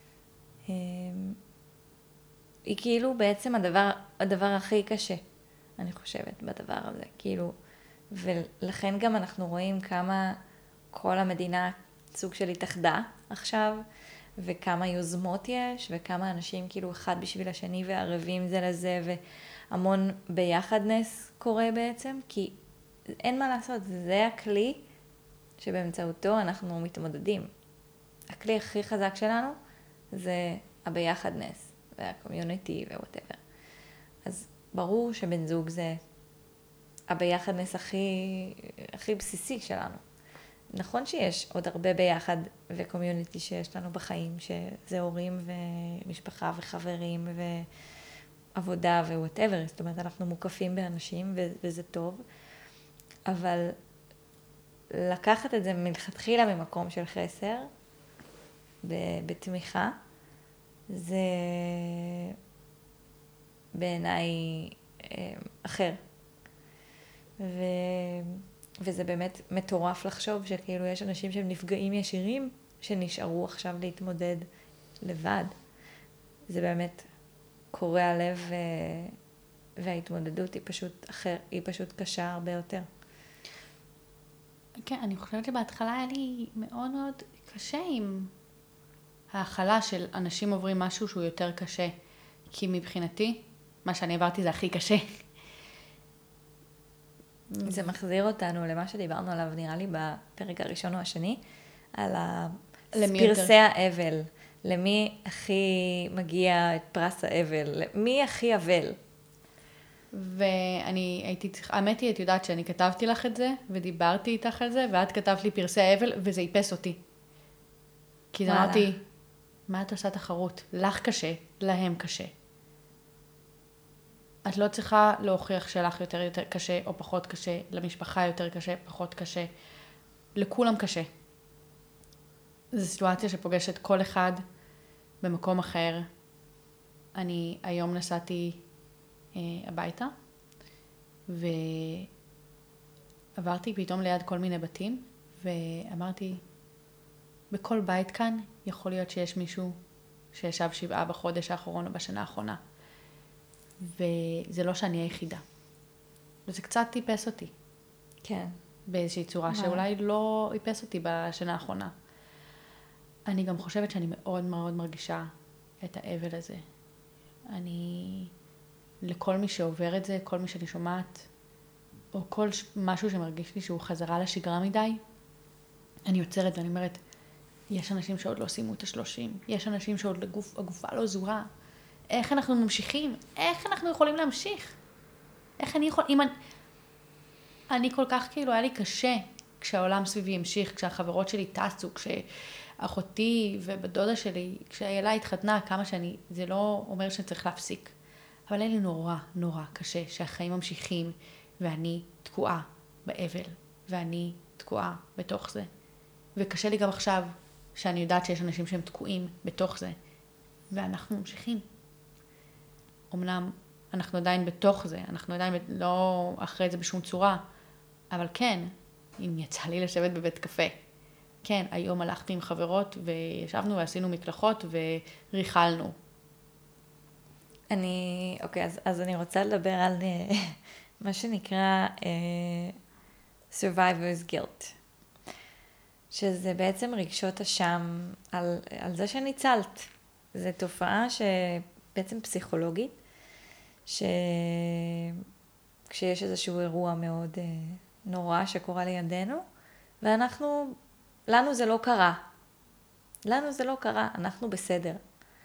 היא כאילו בעצם הדבר הכי קשה, אני חושבת, בדבר הזה. כאילו, ולכן גם אנחנו רואים כמה כל המדינה סוג של התאחדה עכשיו, וכמה יוזמות יש, וכמה אנשים כאילו אחד בשביל השני וערבים זה לזה, והמון ביחדנס קורה בעצם, כי אין מה לעשות, זה הכלי שבאמצעותו אנחנו מתמודדים. הכלי הכי חזק שלנו זה הביחדנס. והקומיוניטי ווואטאבר. אז ברור שבן זוג זה הביחדנס הכי בסיסי שלנו. נכון שיש עוד הרבה ביחד וקומיוניטי שיש לנו בחיים, שזה הורים ומשפחה וחברים ועבודה ווואטאבר. זאת אומרת, אנחנו מוקפים באנשים וזה טוב, אבל לקחת את זה מלכתחילה ממקום של חסר, בתמיכה, זה בעיניי אחר. וזה באמת מטורף לחשוב שכאילו יש אנשים שהם נפגעים ישירים, שנשארו עכשיו להתמודד לבד. זה באמת קורע לב, וההתמודדות היא פשוט קשה הרבה יותר. כן, אני חושבת שבהתחלה היה לי מאוד מאוד קשה עם ההכלה של אנשים עוברים משהו שהוא יותר קשה. כי מבחינתי, מה שאני עברתי זה הכי קשה. זה מחזיר אותנו למה שדיברנו עליו, נראה לי בפרק הראשון או השני, על פרסי האבל. למי הכי מגיע את פרס האבל? מי הכי אבל? ואני הייתי צריכה, האמת היא, את יודעת שאני כתבתי לך את זה, ודיברתי איתך על זה, ואת כתבת לי פרסי האבל, וזה איפס אותי. כי אמרתי, מה את עושה תחרות? לך קשה, להם קשה. את לא צריכה להוכיח שלך יותר קשה או פחות קשה, למשפחה יותר קשה, פחות קשה. לכולם קשה. זו סיטואציה שפוגשת כל אחד במקום אחר. אני היום נסעתי הביתה, ועברתי פתאום ליד כל מיני בתים, ואמרתי, בכל בית כאן יכול להיות שיש מישהו שישב 7 בחודש האחרון או בשנה האחרונה. וזה לא שאני היחידה. וזה קצת טיפס אותי. כן. באיזושהי צורה שאולי לא טיפס אותי בשנה האחרונה. אני גם חושבת שאני מאוד מאוד מרגישה את האבל הזה. לכל מי שעובר את זה, כל מי שאני שומעת, או כל משהו שמרגיש לי שהוא חזרה לשגרה מדי, אני יוצרת ואני אומרת, יש אנשים שעוד לא סיימו את ה-30, יש אנשים שעוד הגופה לא זוהה. איך אנחנו ממשיכים? איך אנחנו יכולים להמשיך? איך אני יכול... אני כל כך כאילו היה לי קשה כשהעולם סביבי המשיך, כשהחברות שלי טסו, כשאחותי ובדודה שלי, כשהילדה התחתנה, כמה שאני... זה לא אומר שצריך להפסיק. אבל היה לי נורא נורא קשה שהחיים ממשיכים, ואני תקועה באבל, ואני תקועה בתוך זה. וקשה לי גם עכשיו שאני יודעת שיש אנשים שהם תקועים בתוך זה, ואנחנו ממשיכים. אמנם אנחנו עדיין בתוך זה, אנחנו עדיין לא אחרי זה בשום צורה, אבל כן, אם יצא לי לשבת בבית קפה, כן, היום הלכתי עם חברות וישבנו ועשינו מקלחות וריחלנו. אוקיי, אז אני רוצה לדבר על מה שנקרא survivor's guilt. שזה בעצם רגשות אשם על זה שניצלת. זו תופעה שבעצם פסיכולוגית, שכשיש איזשהו אירוע מאוד נורא שקורה לידינו, לנו זה לא קרה. לנו זה לא קרה, אנחנו בסדר.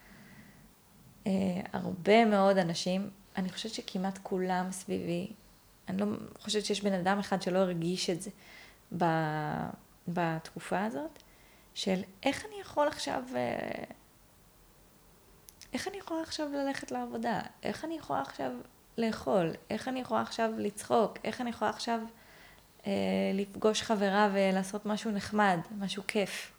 הרבה מאוד אנשים, אני חושבת שכמעט כולם סביבי, אני לא חושבת שיש בן אדם אחד שלא הרגיש את זה בתקופה הזאת, של איך אני יכולה עכשיו ללכת לעבודה, איך אני יכולה עכשיו לאכול, איך אני יכולה עכשיו לצחוק, איך אני יכולה עכשיו לפגוש חברה ולעשות משהו נחמד, משהו כיף.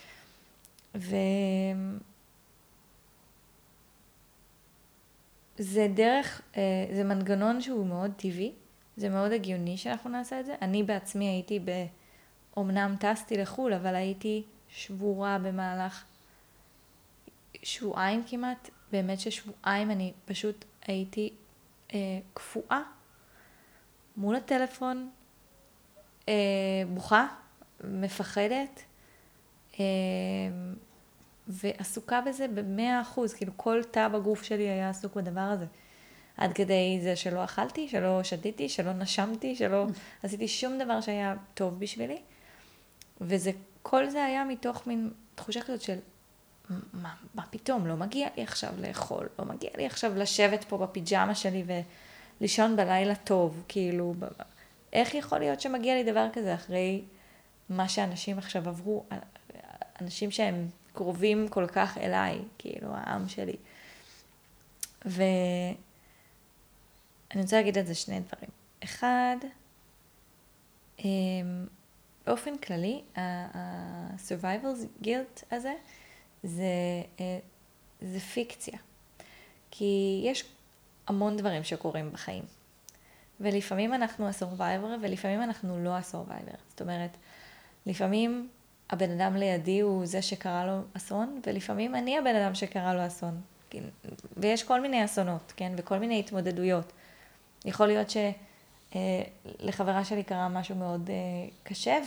זה זה מנגנון שהוא מאוד טבעי, זה מאוד הגיוני שאנחנו נעשה את זה. אני בעצמי הייתי אומנם טסתי לחול, אבל הייתי שבורה במהלך שבועיים כמעט, באמת ששבועיים אני פשוט הייתי קפואה מול הטלפון, בוכה, מפחדת, ועסוקה בזה ב100%, כאילו כל תא בגוף שלי היה עסוק בדבר הזה. עד כדי זה שלא אכלתי, שלא שתיתי, שלא נשמתי, שלא עשיתי שום דבר שהיה טוב בשבילי. כל זה היה מתוך מין תחושה כזאת של, מה פתאום, לא מגיע לי עכשיו לאכול, לא מגיע לי עכשיו לשבת פה בפיג'מה שלי ולישון בלילה טוב, כאילו, איך יכול להיות שמגיע לי דבר כזה אחרי מה שאנשים עכשיו עברו, אנשים שהם קרובים כל כך אליי, כאילו, העם שלי. ואני רוצה להגיד על זה שני דברים. אחד, באופן כללי, ה-survival guilt הזה, זה פיקציה. כי יש המון דברים שקורים בחיים. ולפעמים אנחנו הסורווייבר, ולפעמים אנחנו לא הסורווייבר. זאת אומרת, לפעמים הבן אדם לידי הוא זה שקרה לו אסון, ולפעמים אני הבן אדם שקרה לו אסון. ויש כל מיני אסונות, כן? וכל מיני התמודדויות. יכול להיות שלחברה שלי קרה משהו מאוד קשה,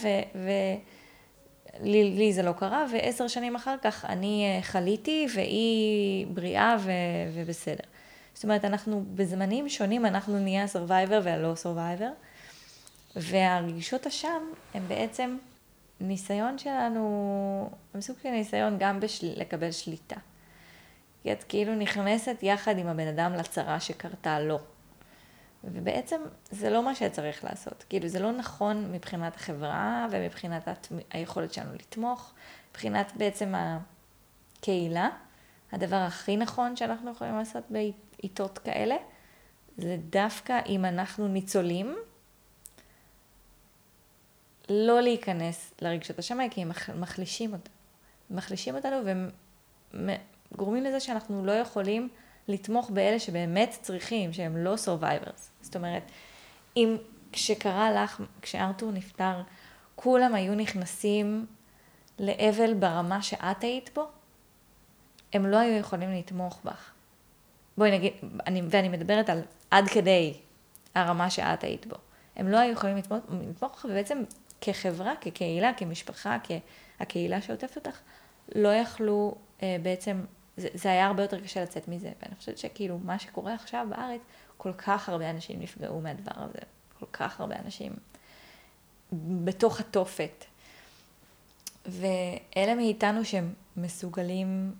לי זה לא קרה, ו10 שנים אחר כך אני חליתי, והיא בריאה ובסדר. זאת אומרת, אנחנו בזמנים שונים, אנחנו נהיה הסורווייבר והלא סורווייבר, והרגישות אשם הם בעצם ניסיון שלנו, הם סוג של ניסיון גם לקבל שליטה. כי את כאילו נכנסת יחד עם הבן אדם לצרה שקרתה לו. ובעצם זה לא מה שצריך לעשות. כאילו זה לא נכון מבחינת החברה ומבחינת היכולת שלנו לתמוך, מבחינת בעצם הקהילה. הדבר הכי נכון שאנחנו יכולים לעשות בעיתות כאלה, זה דווקא אם אנחנו ניצולים, לא להיכנס לרגשות השמיים, כי הם מחלישים אותנו. מחלישים אותנו וגורמים לזה שאנחנו לא יכולים לתמוך באלה שבאמת צריכים, שהם לא survivors. זאת אומרת, אם כשקרה לך, כשארתור נפטר, כולם היו נכנסים לאבל ברמה שאת היית בו, הם לא היו יכולים לתמוך בך. בואי נגיד, ואני מדברת על עד כדי הרמה שאת היית בו. הם לא היו יכולים לתמוך בך, ובעצם כחברה, כקהילה, כמשפחה, כהקהילה שעוטפת אותך, לא יכלו בעצם, זה היה הרבה יותר קשה לצאת מזה. ואני חושבת שכאילו מה שקורה עכשיו בארץ, כל כך הרבה אנשים נפגעו מהדבר הזה. כל כך הרבה אנשים בתוך התופת. ואלה מאיתנו שמסוגלים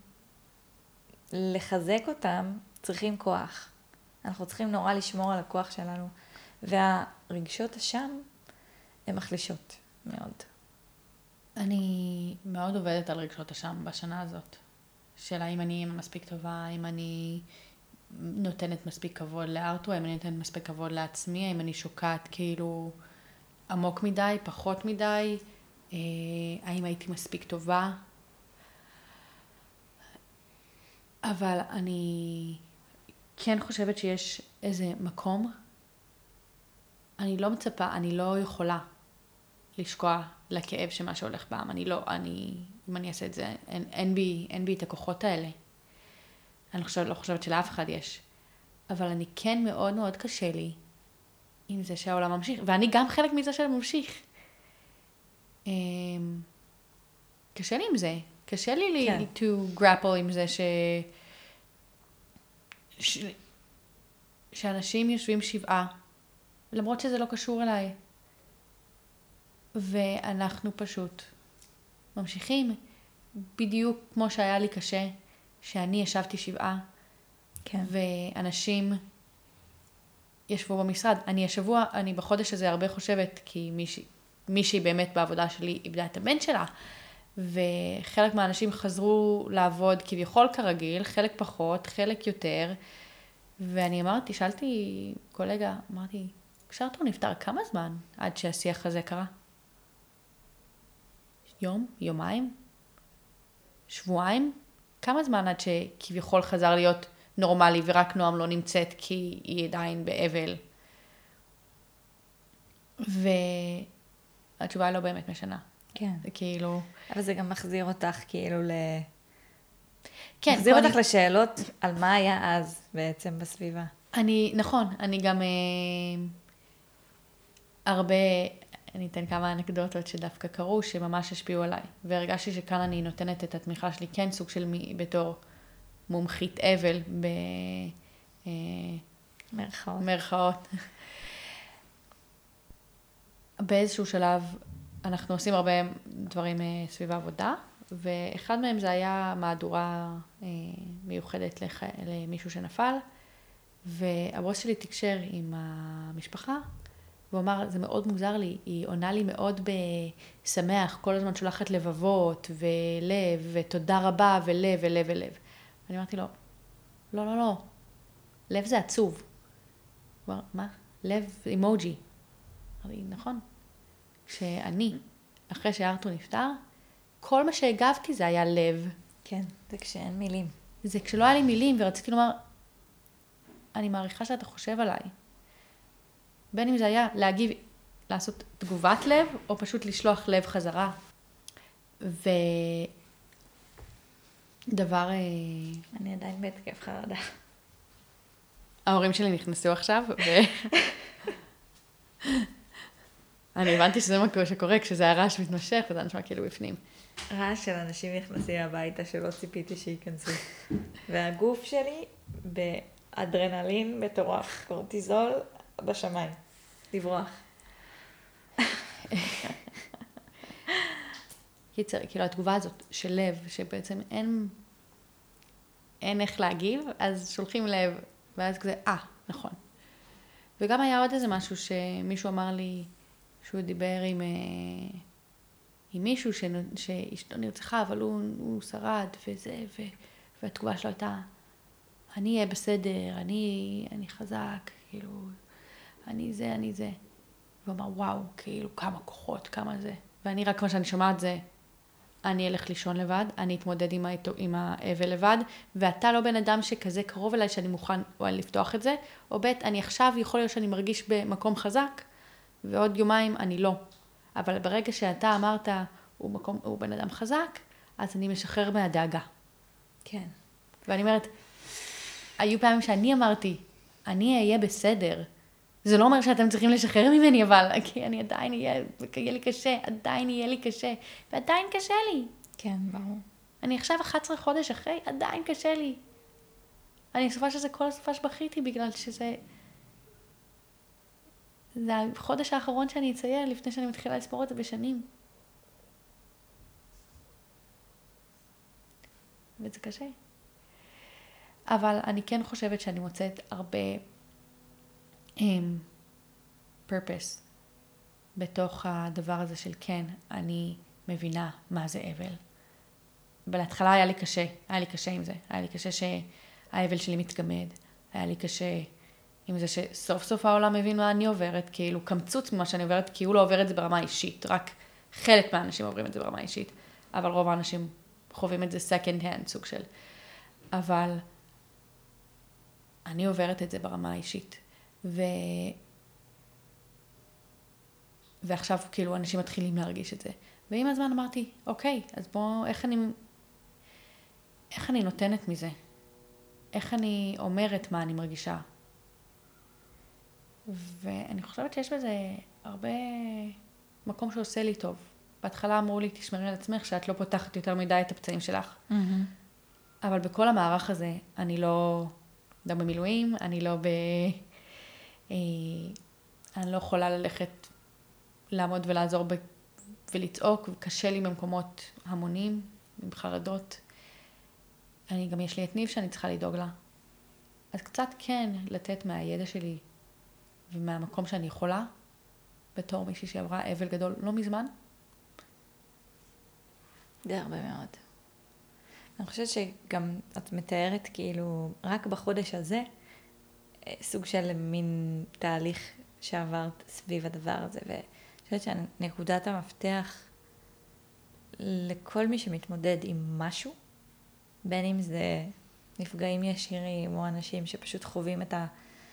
לחזק אותם, צריכים כוח. אנחנו צריכים נורא לשמור על הכוח שלנו. והרגשות אשם הן מחלישות מאוד. אני מאוד עובדת על רגשות אשם בשנה הזאת. שאלה אם אני מספיק טובה, אם אני נותנת מספיק כבוד לארתור, אם אני נותנת מספיק כבוד לעצמי, אם אני שוקעת כאילו עמוק מדי, פחות מדי, האם הייתי מספיק טובה. אבל אני כן חושבת שיש איזה מקום, אני לא מצפה, אני לא יכולה לשקוע לכאב שמה שהולך בעם. אם אני אעשה את זה, אין בי את הכוחות האלה. אני לא חושבת שלאף אחד יש. אבל אני כן מאוד מאוד קשה לי עם זה שהעולם ממשיך. ואני גם חלק מזה של ממשיך. קשה לי עם זה. קשה לי כן. to grapple עם זה שאנשים יושבים שבעה, למרות שזה לא קשור אליי. ואנחנו פשוט ממשיכים, בדיוק כמו שהיה לי קשה, שאני ישבתי שבעה, כן. ואנשים ישבו במשרד. אני בחודש הזה הרבה חושבת, כי מישהי באמת בעבודה שלי איבדה את הבן שלה, וחלק מהאנשים חזרו לעבוד כביכול כרגיל, חלק פחות, חלק יותר, ואני שאלתי קולגה, כשארתור נפטר, כמה זמן עד שהשיח הזה קרה? יום? יומיים? שבועיים? כמה זמן עד שכביכול חזר להיות נורמלי, ורק נועם לא נמצאת כי היא עדיין באבל? והתשובה היא לא באמת משנה. כן. זה כאילו... אבל זה גם מחזיר אותך כאילו כן, מחזיר אותך לשאלות על מה היה אז בעצם בסביבה. נכון, אני גם הרבה, אני אתן כמה אנקדוטות שדווקא קרו, שממש השפיעו עליי. והרגשתי שכאן אני נותנת את התמיכה שלי, כן, סוג של בתור מומחית אבל מרכאות. באיזשהו שלב אנחנו עושים הרבה דברים סביב העבודה, ואחד מהם זה היה מהדורה מיוחדת למישהו שנפל, והבוס שלי תקשר עם המשפחה, והוא אמר, זה מאוד מוזר לי, היא עונה לי מאוד בשמח, כל הזמן שולחת לבבות ולב, ותודה רבה ולב ולב ולב. ואני אמרתי לו, לא, לב זה עצוב. הוא אמר, מה? לב אימוג'י. אמרתי, נכון. כשאני, אחרי שארתור נפטר, כל מה שהגבתי זה היה לב. כן, זה כשאין מילים. זה כשלא היה לי מילים, ורציתי לומר, אני מעריכה שאתה חושב עליי. בין אם זה היה להגיב, לעשות תגובת לב, או פשוט לשלוח לב חזרה. ודבר... אני עדיין בהתקף חרדה. ההורים שלי נכנסו עכשיו, אני הבנתי שזה מה שקורה, כשזה הרעש מתמשך, וזה נשמע כאילו בפנים. רעש של אנשים נכנסים הביתה שלא ציפיתי שייכנסו. והגוף שלי באדרנלין מטורף, קורטיזול בשמיים. לברוח. קיצר, כאילו התגובה הזאת של לב, שבעצם אין איך להגיב, אז שולחים לב, ואז כזה, נכון. וגם היה עוד איזה משהו שמישהו אמר לי, שהוא דיבר עם מישהו שאשתו נרצחה, אבל הוא שרד, והתגובה שלו הייתה, אני אהיה בסדר, אני חזק, כאילו, אני זה. והוא אמר, וואו, כאילו, כמה כוחות, כמה זה. ואני רק מה שאני שומעת זה, אני אלך לישון לבד, אני אתמודד עם האבל לבד, ואתה לא בן אדם שכזה קרוב אליי שאני מוכן לפתוח את זה, או אני עכשיו יכול להיות שאני מרגיש במקום חזק, ועוד יומיים אני לא. אבל ברגע שאתה אמרת, הוא בן אדם חזק, אז אני משחרר מהדאגה. כן. ואני אומרת, היו פעמים שאני אמרתי, אני אהיה בסדר. זה לא אומר שאתם צריכים לשחרר ממני, אבל כי אני עדיין יהיה לי קשה, עדיין יהיה לי קשה, ועדיין קשה לי. כן, ברור. אני עכשיו 11 חודש אחרי, עדיין קשה לי. אני סופה שזה כל הסופה שבכיתי, בגלל שזה... זה החודש האחרון שאני אצייר, לפני שאני מתחילה לספור את זה בשנים. וזה קשה. אבל אני כן חושבת שאני מוצאת הרבה purpose בתוך הדבר הזה של כן, אני מבינה מה זה אבל. בהתחלה היה לי קשה עם זה. היה לי קשה שהאבל שלי מתגמד. היה לי קשה עם זה שסוף סוף העולם מבין מה אני עוברת, כאילו קמצוץ ממה שאני עוברת, כי הוא לא עובר את זה ברמה אישית. רק חלק מהאנשים עוברים את זה ברמה אישית, אבל רוב האנשים חווים את זה second hand, סוג של. אבל אני עוברת את זה ברמה האישית. ועכשיו כאילו אנשים מתחילים להרגיש את זה. ועם הזמן אמרתי, אוקיי, אז בוא, איך אני נותנת מזה? איך אני אומרת מה אני מרגישה? ואני חושבת שיש בזה הרבה מקום שעושה לי טוב. בהתחלה אמרו לי, תשמרי על עצמך, שאת לא פותחת יותר מדי את הפצעים שלך. אבל בכל המערך הזה, אני לא במילואים, אני לא יכולה ללכת, לעמוד ולעזור ולצעוק, וקשה לי במקומות המונים, עם חרדות. גם יש לי את ניב שאני צריכה לדאוג לה. אז קצת כן לתת מהידע שלי, ומהמקום שאני יכולה, בתור מישהי שעברה אבל גדול לא מזמן. זה הרבה מאוד. אני חושבת שגם את מתארת כאילו, רק בחודש הזה, סוג של מין תהליך שעברת סביב הדבר הזה, ואני חושבת שנקודת המפתח לכל מי שמתמודד עם משהו, בין אם זה נפגעים ישירים או אנשים שפשוט חווים את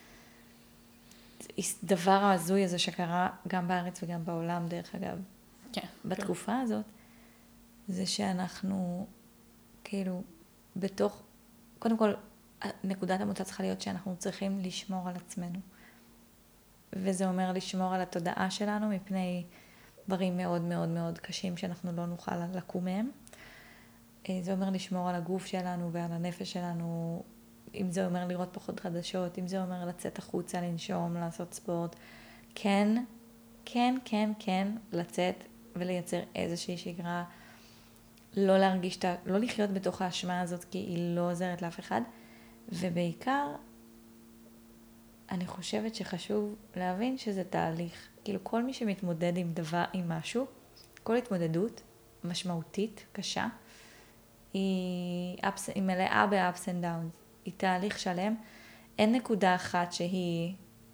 הדבר ההזוי הזה שקרה גם בארץ וגם בעולם, דרך אגב, כן, בתקופה הזאת, זה שאנחנו כאילו בתוך, קודם כל, נקודת המוצא צריכה להיות שאנחנו צריכים לשמור על עצמנו. וזה אומר לשמור על התודעה שלנו מפני דברים מאוד מאוד מאוד קשים שאנחנו לא נוכל לקום מהם. זה אומר לשמור על הגוף שלנו ועל הנפש שלנו, אם זה אומר לראות פחות חדשות, אם זה אומר לצאת החוצה, לנשום, לעשות ספורט. כן, כן, כן, כן, לצאת ולייצר איזושהי שגרה, לא להרגיש, לא לחיות בתוך האשמה הזאת, כי היא לא עוזרת לאף אחד. ובעיקר, אני חושבת שחשוב להבין שזה תהליך. כאילו כל מי שמתמודד עם עם משהו, כל התמודדות משמעותית, קשה, היא מלאה ב-ups and downs. היא תהליך שלם. אין נקודה אחת שהיא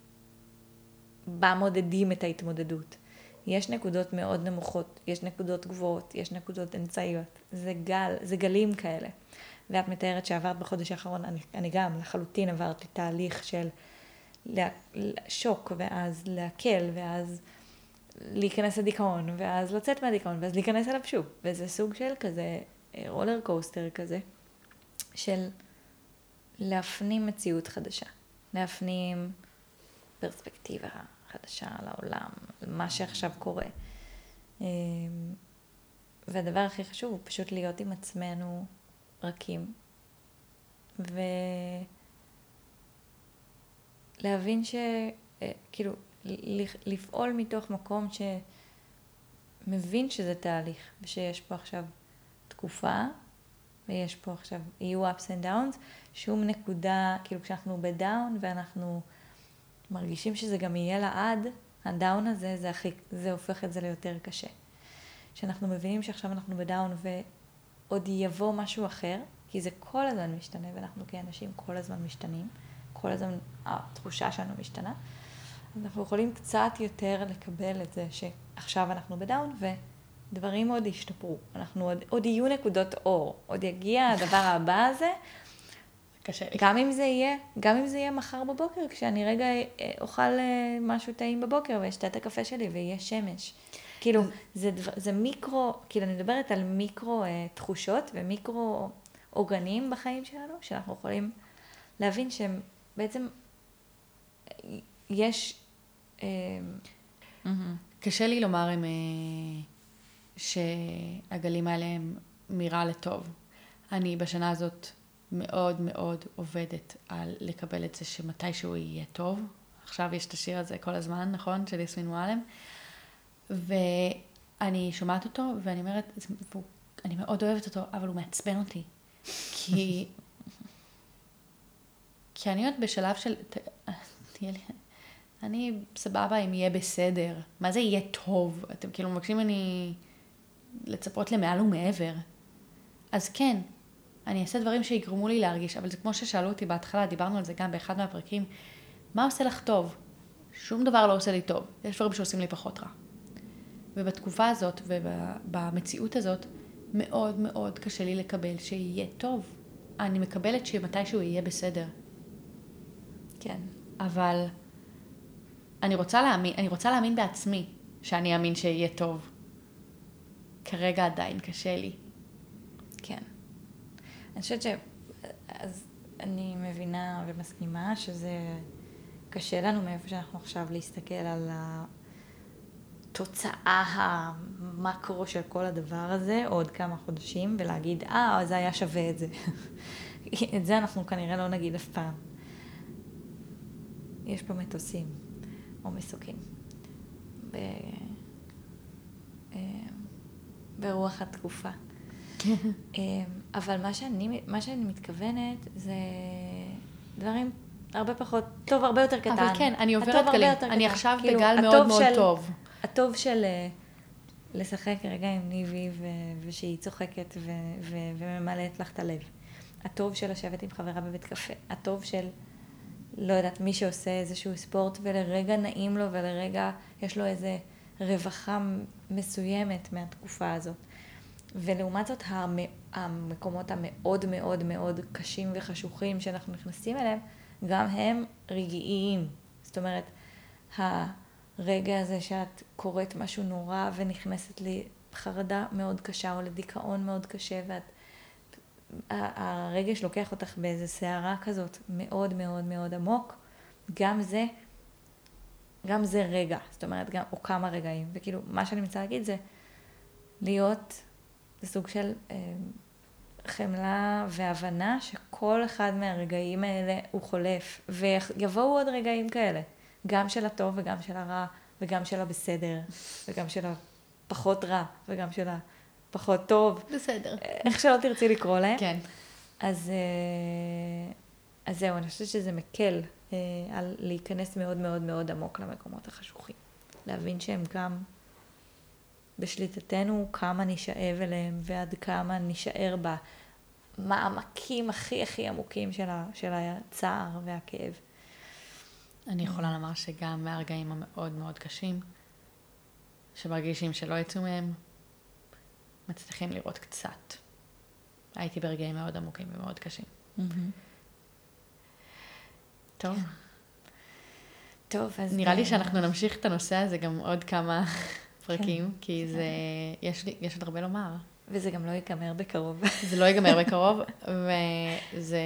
בה מודדים את ההתמודדות. יש נקודות מאוד נמוכות, יש נקודות גבוהות, יש נקודות אמצעיות. זה גלים כאלה. ואת מתארת שעברת בחודש האחרון, אני גם לחלוטין עברתי תהליך של שוק, ואז להקל, ואז להיכנס לדיכאון, ואז לצאת מהדיכאון, ואז להיכנס אליו שוב. וזה סוג של כזה רולר קוסטר כזה, של להפנים מציאות חדשה, להפנים פרספקטיבה חדשה על העולם, על מה שעכשיו קורה. והדבר הכי חשוב הוא פשוט להיות עם עצמנו רכים, ולהבין כאילו, לפעול מתוך מקום שמבין שזה תהליך, ושיש פה עכשיו תקופה, ויש פה עכשיו, יהיו ups and downs, שום נקודה, כאילו כשאנחנו בדאון, ואנחנו מרגישים שזה גם יהיה לעד, הדאון הזה, זה הופך את זה ליותר קשה. שאנחנו מבינים שעכשיו אנחנו בדאון, ועוד יבוא משהו אחר, כי זה כל הזמן משתנה, ואנחנו כאנשים כל הזמן משתנים, כל הזמן התחושה שלנו משתנה, אז אנחנו יכולים קצת יותר לקבל את זה שעכשיו אנחנו בדאון, ודברים עוד ישתפרו. אנחנו עוד יהיו נקודות אור, עוד יגיע הדבר הבא הזה, קשה. גם אם זה יהיה מחר בבוקר, כשאני רגע אוכל משהו טעים בבוקר, ואשתה את הקפה שלי, ויהיה שמש. כאילו, זה מיקרו, כאילו אני מדברת על מיקרו תחושות, ומיקרו עוגנים בחיים שלנו, שאנחנו יכולים להבין שהם בעצם יש... קשה לי לומר שהגלים האלה הם מרע לטוב. אני בשנה הזאת מאוד מאוד עובדת על לקבל את זה שמתישהו יהיה טוב. עכשיו יש את השיר הזה כל הזמן, נכון? של יסמין מועלם. ואני שומעת אותו ואני אומרת, אני מאוד אוהבת אותו, אבל הוא מעצבן אותי. כי אני עוד בשלב של... אני סבבה אם יהיה בסדר. מה זה יהיה טוב? אתם כאילו מבקשים ממני לצפות למעל ומעבר. אז כן, אני אעשה דברים שיגרמו לי להרגיש, אבל זה כמו ששאלו אותי בהתחלה, דיברנו על זה גם באחד מהפרקים, מה עושה לך טוב? שום דבר לא עושה לי טוב. יש דברים שעושים לי פחות רע. ובתקופה הזאת ובמציאות הזאת, מאוד מאוד קשה לי לקבל שיהיה טוב. אני מקבלת שמתישהו יהיה בסדר. כן. אבל אני רוצה להאמין בעצמי שאני אאמין שיהיה טוב. כרגע עדיין קשה לי. כן. אני חושבת אז אני מבינה ומסכימה שזה קשה לנו מאיפה שאנחנו עכשיו להסתכל על התוצאה המקרו של כל הדבר הזה, עוד כמה חודשים, ולהגיד, זה היה שווה את זה. את זה אנחנו כנראה לא נגיד אף פעם. יש פה מטוסים או מסוקים. ברוח התקופה. אבל מה שאני מתכוונת זה דברים הרבה פחות, טוב, הרבה יותר קטן. אבל כן, אני עוברת גלים. אני עכשיו בגל מאוד מאוד טוב. הטוב של לשחק רגע עם ניבי ושהיא צוחקת וממלאת לך את הלב. הטוב של לשבת עם חברה בבית קפה. הטוב של, לא יודעת, מי שעושה איזשהו ספורט ולרגע נעים לו ולרגע יש לו איזה רווחה מסוימת מהתקופה הזאת. ולעומת זאת, המקומות המאוד מאוד מאוד קשים וחשוכים שאנחנו נכנסים אליהם, גם הם רגעיים. זאת אומרת, הרגע הזה שאת קוראת משהו נורא ונכנסת לחרדה מאוד קשה או לדיכאון מאוד קשה, הרגש לוקח אותך באיזו שערה כזאת מאוד מאוד מאוד עמוק, גם זה רגע, זאת אומרת, או כמה רגעים. וכאילו, מה שאני מצא להגיד זה להיות... זה סוג של חמלה והבנה שכל אחד מהרגעים האלה הוא חולף, ויבואו עוד רגעים כאלה, גם של הטוב וגם של הרע, וגם של הבסדר, וגם של הפחות רע, וגם של הפחות טוב. בסדר. איך שלא תרצי לקרוא להם. כן. אז זהו, אני חושבת שזה מקל על להיכנס מאוד מאוד מאוד עמוק למקומות החשוכים. להבין שהם גם... בשליטתנו כמה נשאב אליהם ועד כמה נשאר במעמקים הכי הכי עמוקים של הצער והכאב. אני יכולה לומר שגם מהרגעים המאוד מאוד קשים, שמרגישים שלא יצאו מהם, מצליחים לראות קצת. הייתי ברגעים מאוד עמוקים ומאוד קשים. טוב. טוב, אז... נראה לי שאנחנו נמשיך את הנושא הזה גם עוד כמה פרקים, כי יש עוד הרבה לומר. וזה גם לא ייגמר בקרוב. זה לא ייגמר בקרוב, וזה...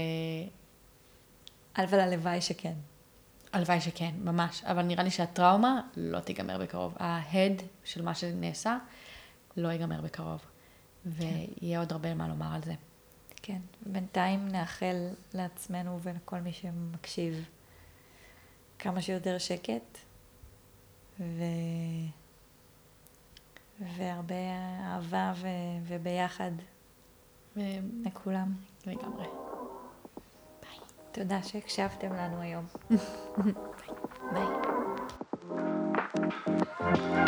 אבל הלוואי שכן. הלוואי שכן, ממש. אבל נראה לי שהטראומה לא תיגמר בקרוב. ההד של מה שנעשה לא ייגמר בקרוב. ויהיה עוד הרבה מה לומר על זה. כן. בינתיים נאחל לעצמנו ולכל מי שמקשיב כמה שיותר שקט. והרבה אהבה וביחד לכולם. לגמרי. תודה שהקשבתם לנו היום. ביי.